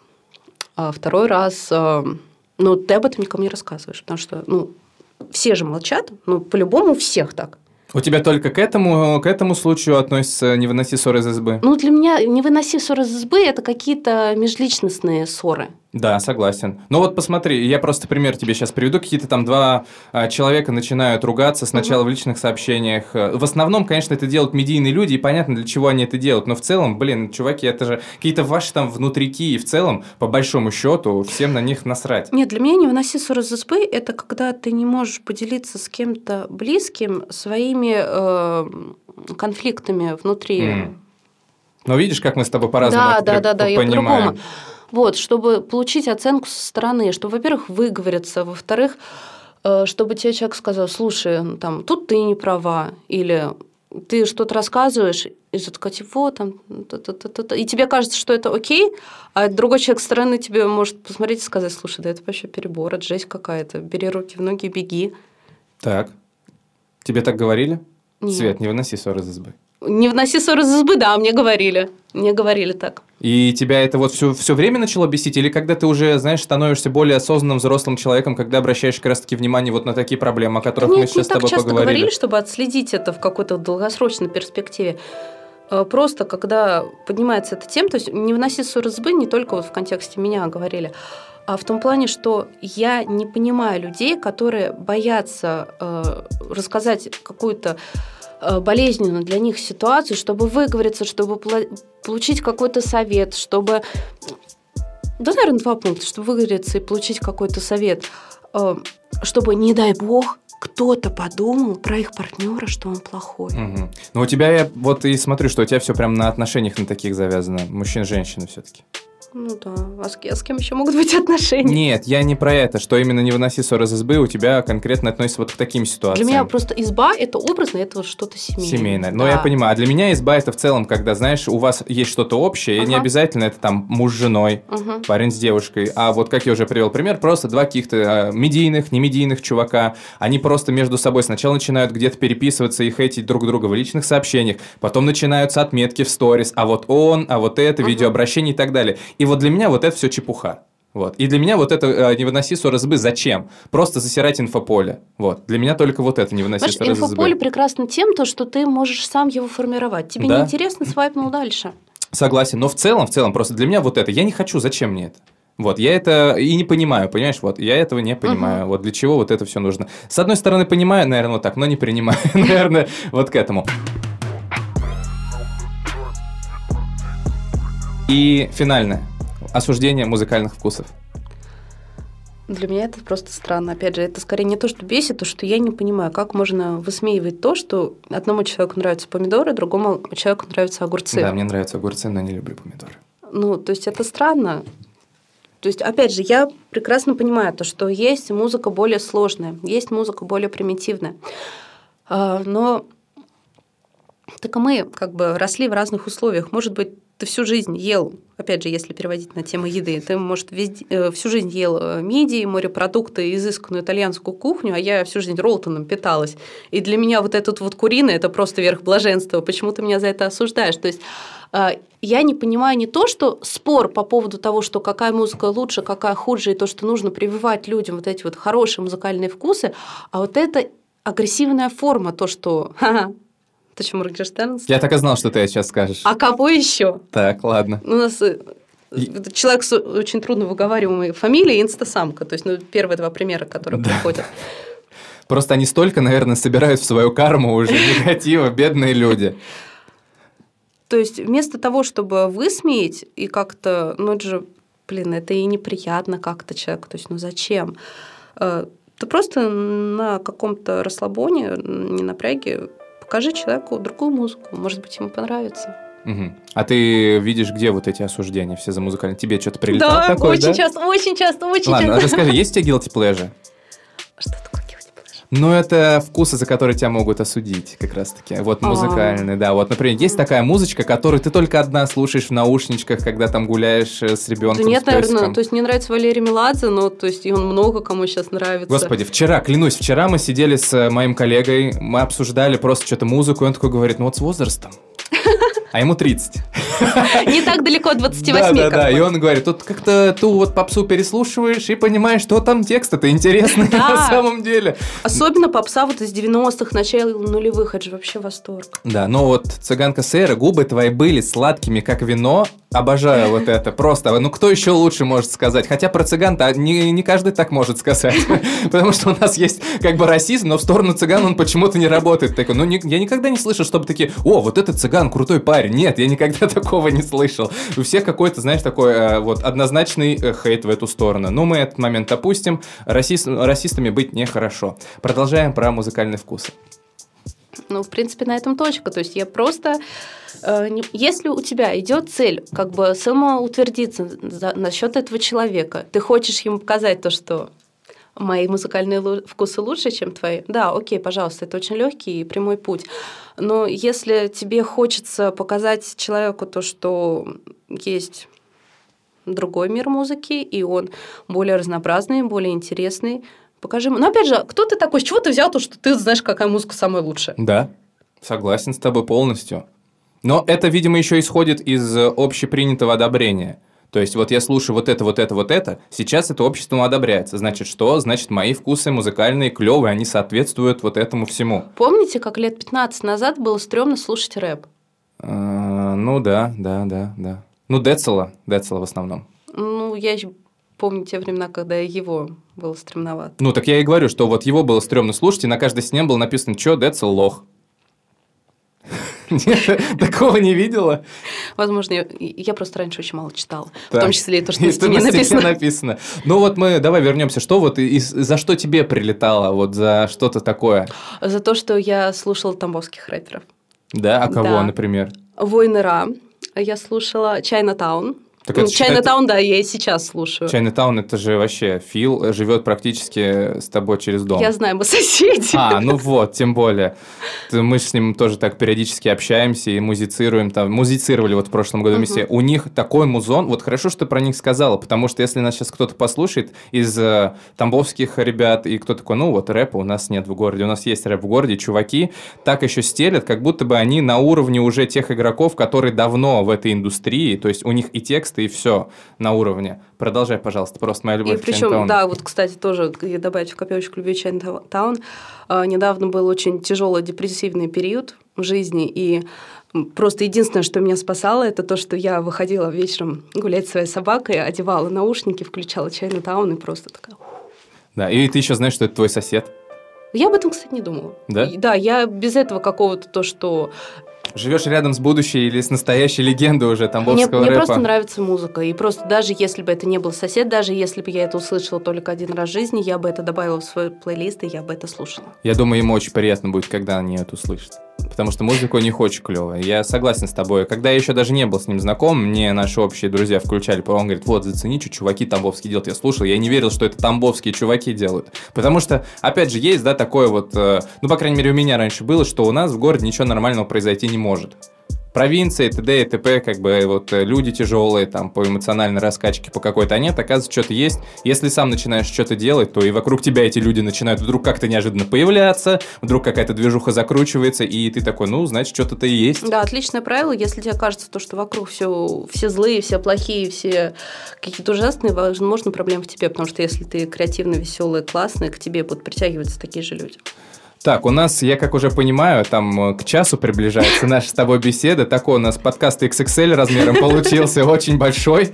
А второй раз... Э, ну, ты об этом никому не рассказываешь, потому что, ну, все же молчат, ну, по-любому у всех так. У тебя только к этому, к этому случаю относится «не выноси ссор из избы»? Ну, для меня «не выноси ссор из избы» – это какие-то межличностные ссоры. Да, согласен. Ну вот посмотри, я просто пример тебе сейчас приведу. Какие-то там два а, человека начинают ругаться сначала угу. в личных сообщениях. В основном, конечно, это делают медийные люди, и понятно, для чего они это делают. Но в целом, блин, чуваки, это же какие-то ваши там внутрики, и в целом, по большому счету, всем на них насрать. Нет, для меня «не выноси ссор из избы» – это когда ты не можешь поделиться с кем-то близким своими э, конфликтами внутри. Mm. Но видишь, как мы с тобой по-разному да, это да, при- да, да, понимаем. я по-другому. Вот, чтобы получить оценку со стороны, чтобы, во-первых, выговориться, во-вторых, чтобы тебе человек сказал, слушай, там, тут ты не права, или ты что-то рассказываешь, и ты такой, вот, там, и тебе кажется, что это окей, а другой человек со стороны тебе может посмотреть и сказать, слушай, да это вообще перебор, это жесть какая-то, бери руки в ноги, беги. Так, тебе так говорили? Нет. Свет, не выноси ссор из избы. Не выноси ссор из избы, да, мне говорили, мне говорили так. И тебя это вот все, все время начало бесить? Или когда ты уже, знаешь, становишься более осознанным взрослым человеком, когда обращаешь как раз-таки внимание вот на такие проблемы, о которых Нет, мы сейчас не с тобой так часто поговорили? говорили, чтобы отследить это в какой-то долгосрочной перспективе. Просто когда поднимается эта тема, то есть не выноси ссор из избы не только вот в контексте меня говорили, а в том плане, что я не понимаю людей, которые боятся э, рассказать какую-то болезненную для них ситуацию, чтобы выговориться, чтобы получить какой-то совет, чтобы... Да, наверное, два пункта. Чтобы выговориться и получить какой-то совет, чтобы, не дай бог, кто-то подумал про их партнера, что он плохой. Угу. Ну, у тебя, я вот и смотрю, что у тебя все прям на отношениях на таких завязано. Мужчин-женщины все-таки. Ну да, а с, а с кем еще могут быть отношения? Нет, я не про это, что именно не выноси ссор из избы, у тебя конкретно относится вот к таким ситуациям. Для меня просто изба – это образно, это вот что-то семейное. Семейное, но да. я понимаю, а для меня изба – это в целом, когда, знаешь, у вас есть что-то общее, ага. и не обязательно это там муж с женой, ага. парень с девушкой, а вот как я уже привел пример, просто два каких-то медийных, не медийных чувака, они просто между собой сначала начинают где-то переписываться и хейтить друг друга в личных сообщениях, потом начинаются отметки в сторис, а вот он, а вот это, ага. видеообращение и так далее. И вот для меня вот это все чепуха. Вот. И для меня вот это э, не выноси ссор из избы. Зачем? Просто засирать инфополе. Вот. Для меня только вот это не выноси ссор из избы. Инфополе прекрасно тем, то, что ты можешь сам его формировать. Тебе да? неинтересно, свайпнул дальше. Согласен. Но в целом, в целом, просто для меня вот это. Я не хочу. Зачем мне это? Вот, я это и не понимаю, понимаешь, вот, я этого не понимаю, uh-huh. вот для чего вот это все нужно. С одной стороны, понимаю, наверное, вот так, но не принимаю, наверное, вот к этому. И финальное, осуждение музыкальных вкусов. Для меня это просто странно. Опять же, это скорее не то, что бесит, а что я не понимаю, как можно высмеивать то, что одному человеку нравятся помидоры, другому человеку нравятся огурцы. Да, мне нравятся огурцы, но не люблю помидоры. Ну, то есть это странно. То есть, опять же, я прекрасно понимаю то, что есть музыка более сложная, есть музыка более примитивная. Но так и мы как бы росли в разных условиях. Может быть, ты всю жизнь ел, опять же, если переводить на тему еды, ты, может, везде, всю жизнь ел мидии, морепродукты, изысканную итальянскую кухню, а я всю жизнь роллтоном питалась. И для меня вот этот вот куриный – это просто верх блаженства. Почему ты меня за это осуждаешь? То есть я не понимаю не то, что спор по поводу того, что какая музыка лучше, какая хуже, и то, что нужно прививать людям вот эти вот хорошие музыкальные вкусы, а вот это агрессивная форма, то, что… Ты что, Моргенштерн? Я так и знал, что ты сейчас скажешь. А кого еще? Так, ладно. У нас и... человек с очень трудно выговариваемой фамилией инстасамка. То есть, ну, первые два примера, которые да. приходят. Просто они столько, наверное, собирают в свою карму уже негатива, бедные люди. То есть, вместо того, чтобы высмеять и как-то, ну, это же, блин, это и неприятно как-то человеку. То есть, ну, зачем? Ты просто на каком-то расслабоне, не напряге, покажи человеку другую музыку, может быть, ему понравится. Угу. А ты видишь, где вот эти осуждения все за музыкальные? Тебе что-то прилетало да, такое, очень да? часто, очень часто, очень Ладно, часто. Ладно, расскажи, есть у тебя guilty pleasure? Что такое guilty pleasure? Ну, это вкусы, за которые тебя могут осудить, как раз-таки. Вот музыкальные, да. Вот, например, есть такая музычка, которую ты только одна слушаешь в наушничках, когда там гуляешь с ребенком. Да нет, с наверное, то есть мне нравится Валерий Меладзе, но то есть и он много кому сейчас нравится. Господи, вчера, клянусь, вчера мы сидели с моим коллегой, мы обсуждали просто что-то музыку, и он такой говорит, ну вот с возрастом. А ему тридцать. Не так далеко от двадцати восьми. Да, да, да. И он говорит, тут как-то ту вот попсу переслушиваешь и понимаешь, что там текст-то интересный на самом деле. Особенно попса вот из девяностых, начала нулевых, это же вообще восторг. Да, но вот «Цыганка Сейра», губы твои были сладкими, как вино. Обожаю вот это. Просто, ну кто еще лучше может сказать? Хотя про цыган-то не, не каждый так может сказать. Потому что у нас есть как бы расизм, но в сторону цыган он почему-то не работает. Такой, ну не, я никогда не слышал, чтобы такие, о, вот этот цыган, крутой парень. Нет, я никогда такого не слышал. У всех какой-то, знаешь, такой э, вот однозначный э, хейт в эту сторону. Но мы этот момент опустим. Расист, расистами быть нехорошо. Продолжаем про музыкальные вкусы. Ну, в принципе, на этом точка. То есть я просто... Э, не, если у тебя идет цель как бы самоутвердиться за, насчет этого человека, ты хочешь ему показать то, что мои музыкальные лу- вкусы лучше, чем твои, да, окей, пожалуйста, это очень легкий и прямой путь. Но если тебе хочется показать человеку то, что есть другой мир музыки, и он более разнообразный, более интересный, покажи ему. Но опять же, кто ты такой? С чего ты взял то, что ты знаешь, какая музыка самая лучшая? Да, согласен с тобой полностью. Но это, видимо, еще исходит из общепринятого одобрения. То есть вот я слушаю вот это, вот это, вот это, сейчас это обществом одобряется. Значит, что? Значит, мои вкусы музыкальные, клевые, они соответствуют вот этому всему. Помните, как лет пятнадцать назад было стрёмно слушать рэп? А, ну да, да, да, да. Ну, Децела, Децела в основном. Ну, я еще помню те времена, когда его было стремновато. Ну, так я и говорю, что вот его было стрёмно слушать, и на каждой стене было написано, что Децел лох. Нет, такого не видела? Возможно, я, я просто раньше очень мало читала. Так. В том числе и то, что на стене на написано. написано. Ну вот мы, давай вернемся. Что вот, и, за что тебе прилетало? Вот за что-то такое? За то, что я слушала тамбовских рэперов. Да? А кого, да. например? Войны Ра. Я слушала Чайнатаун. Чайнатаун, да, я и сейчас слушаю. Чайнатаун, это же вообще Фил живет практически с тобой через дом. Я знаю, мы соседи. А, ну вот, тем более. Мы с ним тоже так периодически общаемся и музицируем. Там, музицировали вот в прошлом году вместе. Uh-huh. У них такой музон. Вот хорошо, что ты про них сказала, потому что если нас сейчас кто-то послушает из э, тамбовских ребят, и кто такой, ну вот рэпа у нас нет в городе, у нас есть рэп в городе, чуваки так еще стелят, как будто бы они на уровне уже тех игроков, которые давно в этой индустрии, то есть у них и текст тексты, и все на уровне. Продолжай, пожалуйста, просто моя любовь и к причем, Чайнатауну. да, вот, кстати, тоже добавить в копеечку любви Чайнатаун. Недавно был очень тяжелый депрессивный период в жизни, и просто единственное, что меня спасало, это то, что я выходила вечером гулять со своей собакой, одевала наушники, включала Чайнатаун и просто такая... Да, и ты еще знаешь, что это твой сосед. Я об этом, кстати, не думала. Да? И, да, я без этого какого-то то, что... Живешь рядом с будущей или с настоящей легендой уже тамбовского мне, рэпа? Мне просто нравится музыка. И просто даже если бы это не был сосед, даже если бы я это услышала только один раз в жизни, я бы это добавила в свой плейлист, и я бы это слушала. Я думаю, ему очень приятно будет, когда они это услышат. Потому что музыка у них очень клевая. Я согласен с тобой. Когда я еще даже не был с ним знаком, мне наши общие друзья включали, он говорит, вот, зацени, что чуваки тамбовские делают. Я слушал, я не верил, что это тамбовские чуваки делают. Потому что, опять же, есть, да, такое вот, ну, по крайней мере, у меня раньше было, что у нас в городе ничего нормального произойти не может. Провинции, т.д. и т.п., как бы вот люди тяжелые, там, по эмоциональной раскачке, по какой-то, а нет, оказывается, что-то есть. Если сам начинаешь что-то делать, то и вокруг тебя эти люди начинают вдруг как-то неожиданно появляться, вдруг какая-то движуха закручивается, и ты такой, ну, значит, что-то-то и есть. Да, отличное правило. Если тебе кажется, то, что вокруг все, все злые, все плохие, все какие-то ужасные, возможно, проблема в тебе, потому что если ты креативный, веселый, классный, к тебе будут притягиваться такие же люди. Так, у нас, я как уже понимаю, там к часу приближается наша с тобой беседа. Такой у нас подкаст икс икс эль размером получился, очень большой.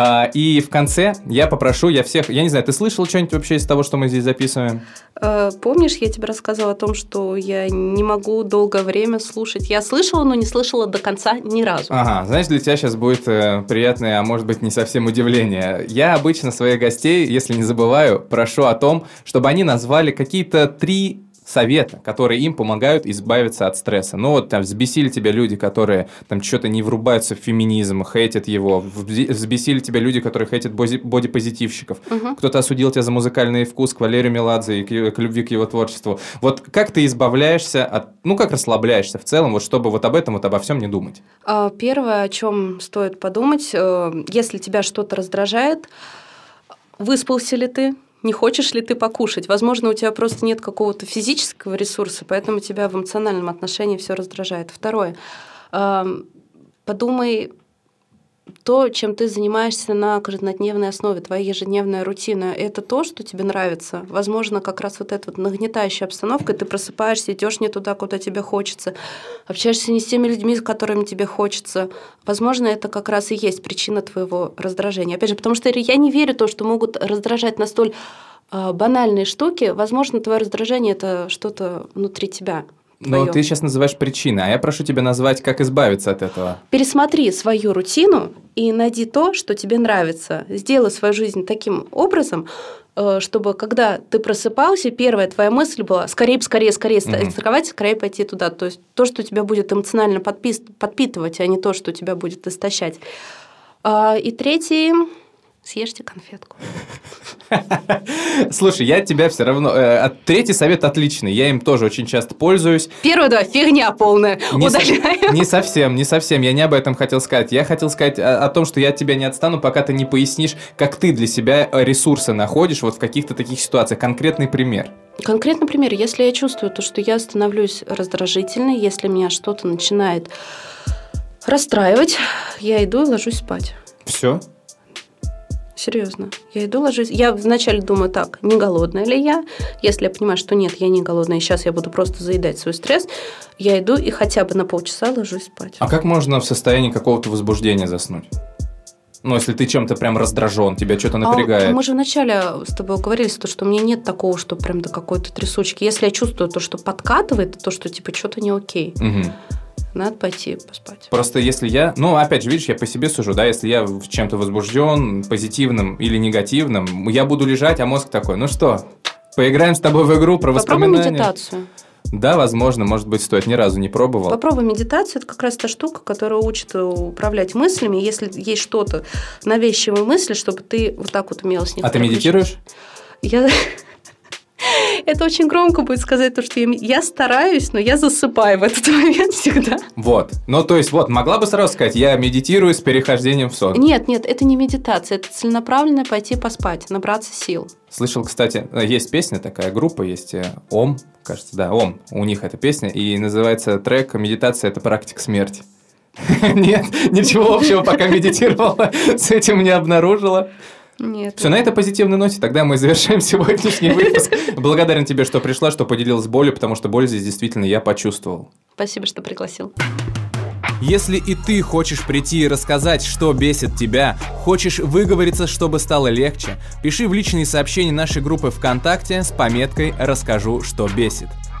И в конце я попрошу, я всех... Я не знаю, ты слышал что-нибудь вообще из того, что мы здесь записываем? Помнишь, я тебе рассказывала о том, что я не могу долгое время слушать? Я слышала, но не слышала до конца ни разу. Ага, знаешь, для тебя сейчас будет приятное, а может быть не совсем удивление. Я обычно своих гостей, если не забываю, прошу о том, чтобы они назвали какие-то три... совета, которые им помогают избавиться от стресса. Ну вот там взбесили тебя люди, которые там что-то не врубаются в феминизм, хейтят его, взбесили тебя люди, которые хейтят бодипозитивщиков. Угу. Кто-то осудил тебя за музыкальный вкус к Валерию Меладзе и к, к любви к его творчеству. Вот как ты избавляешься от, ну как расслабляешься в целом, вот чтобы вот об этом, вот обо всем не думать? Первое, о чем стоит подумать, если тебя что-то раздражает, выспался ли ты? Не хочешь ли ты покушать? Возможно, у тебя просто нет какого-то физического ресурса, поэтому тебя в эмоциональном отношении все раздражает. Второе. Подумай то, чем ты занимаешься на каждодневной основе, твоя ежедневная рутина. Это то, что тебе нравится. Возможно, как раз вот эта вот нагнетающая обстановка, ты просыпаешься, идешь не туда, куда тебе хочется, общаешься не с теми людьми, с которыми тебе хочется. Возможно, это как раз и есть причина твоего раздражения. Опять же, потому что я не верю в то, что могут раздражать на столь банальные штуки. Возможно, твое раздражение – это что-то внутри тебя. Но ты сейчас называешь причины, а я прошу тебя назвать, как избавиться от этого. Пересмотри свою рутину и найди то, что тебе нравится. Сделай свою жизнь таким образом, чтобы когда ты просыпался, первая твоя мысль была скорее, скорее, скорее встать с кровати, скорее пойти туда. То есть то, что тебя будет эмоционально подпис- подпитывать, а не то, что тебя будет истощать. И третий... Съешьте конфетку. Слушай, я тебя все равно... Э, третий совет отличный, я им тоже очень часто пользуюсь. Первый, да, фигня полная. Не, со- не совсем, не совсем, я не об этом хотел сказать. Я хотел сказать о, о том, что я от тебя не отстану, пока ты не пояснишь, как ты для себя ресурсы находишь вот в каких-то таких ситуациях. Конкретный пример. Конкретный пример. Если я чувствую то, что я становлюсь раздражительной, если меня что-то начинает расстраивать, я иду и ложусь спать. Все? Серьезно. Я иду, ложусь. Я вначале думаю, так, не голодная ли я? Если я понимаю, что нет, я не голодная, и сейчас я буду просто заедать свой стресс, я иду и хотя бы на полчаса ложусь спать. А как можно в состоянии какого-то возбуждения заснуть? Ну, если ты чем-то прям раздражен, тебя что-то напрягает. А мы же вначале с тобой уговорились, то, что у меня нет такого, что прям до какой-то трясучки. Если я чувствую то, что подкатывает, то, что типа что-то не окей. Угу. Надо пойти поспать. Просто если я... Ну, опять же, видишь, я по себе сужу, да, если я чем-то возбужден, позитивным или негативным, я буду лежать, а мозг такой, ну что, поиграем с тобой в игру про воспоминания? Попробуй медитацию. Да, возможно, может быть, стоит. Ни разу не пробовал. Попробуй медитацию. Это как раз та штука, которая учит управлять мыслями. Если есть что-то, навязчивые мысли, чтобы ты вот так вот умела с них... А ты медитируешь? Я... Это очень громко будет сказать, то, что я, я стараюсь, но я засыпаю в этот момент всегда. Вот. Ну, то есть, вот, могла бы сразу сказать, я медитирую с перехождением в сон. Нет, нет, это не медитация, это целенаправленно пойти поспать, набраться сил. Слышал, кстати, есть песня такая, группа есть, Ом, кажется, да, Ом, у них эта песня, и называется трек «Медитация – это практика смерти». Нет, ничего общего, пока медитировала, с этим не обнаружила. Нет. Все, на этой позитивной ноте тогда мы завершаем сегодняшний выпуск. Благодарен тебе, что пришла, что поделилась болью, потому что боль здесь действительно я почувствовал. Спасибо, что пригласил. Если и ты хочешь прийти и рассказать, что бесит тебя, хочешь выговориться, чтобы стало легче, пиши в личные сообщения нашей группы ВКонтакте с пометкой «Расскажу, что бесит».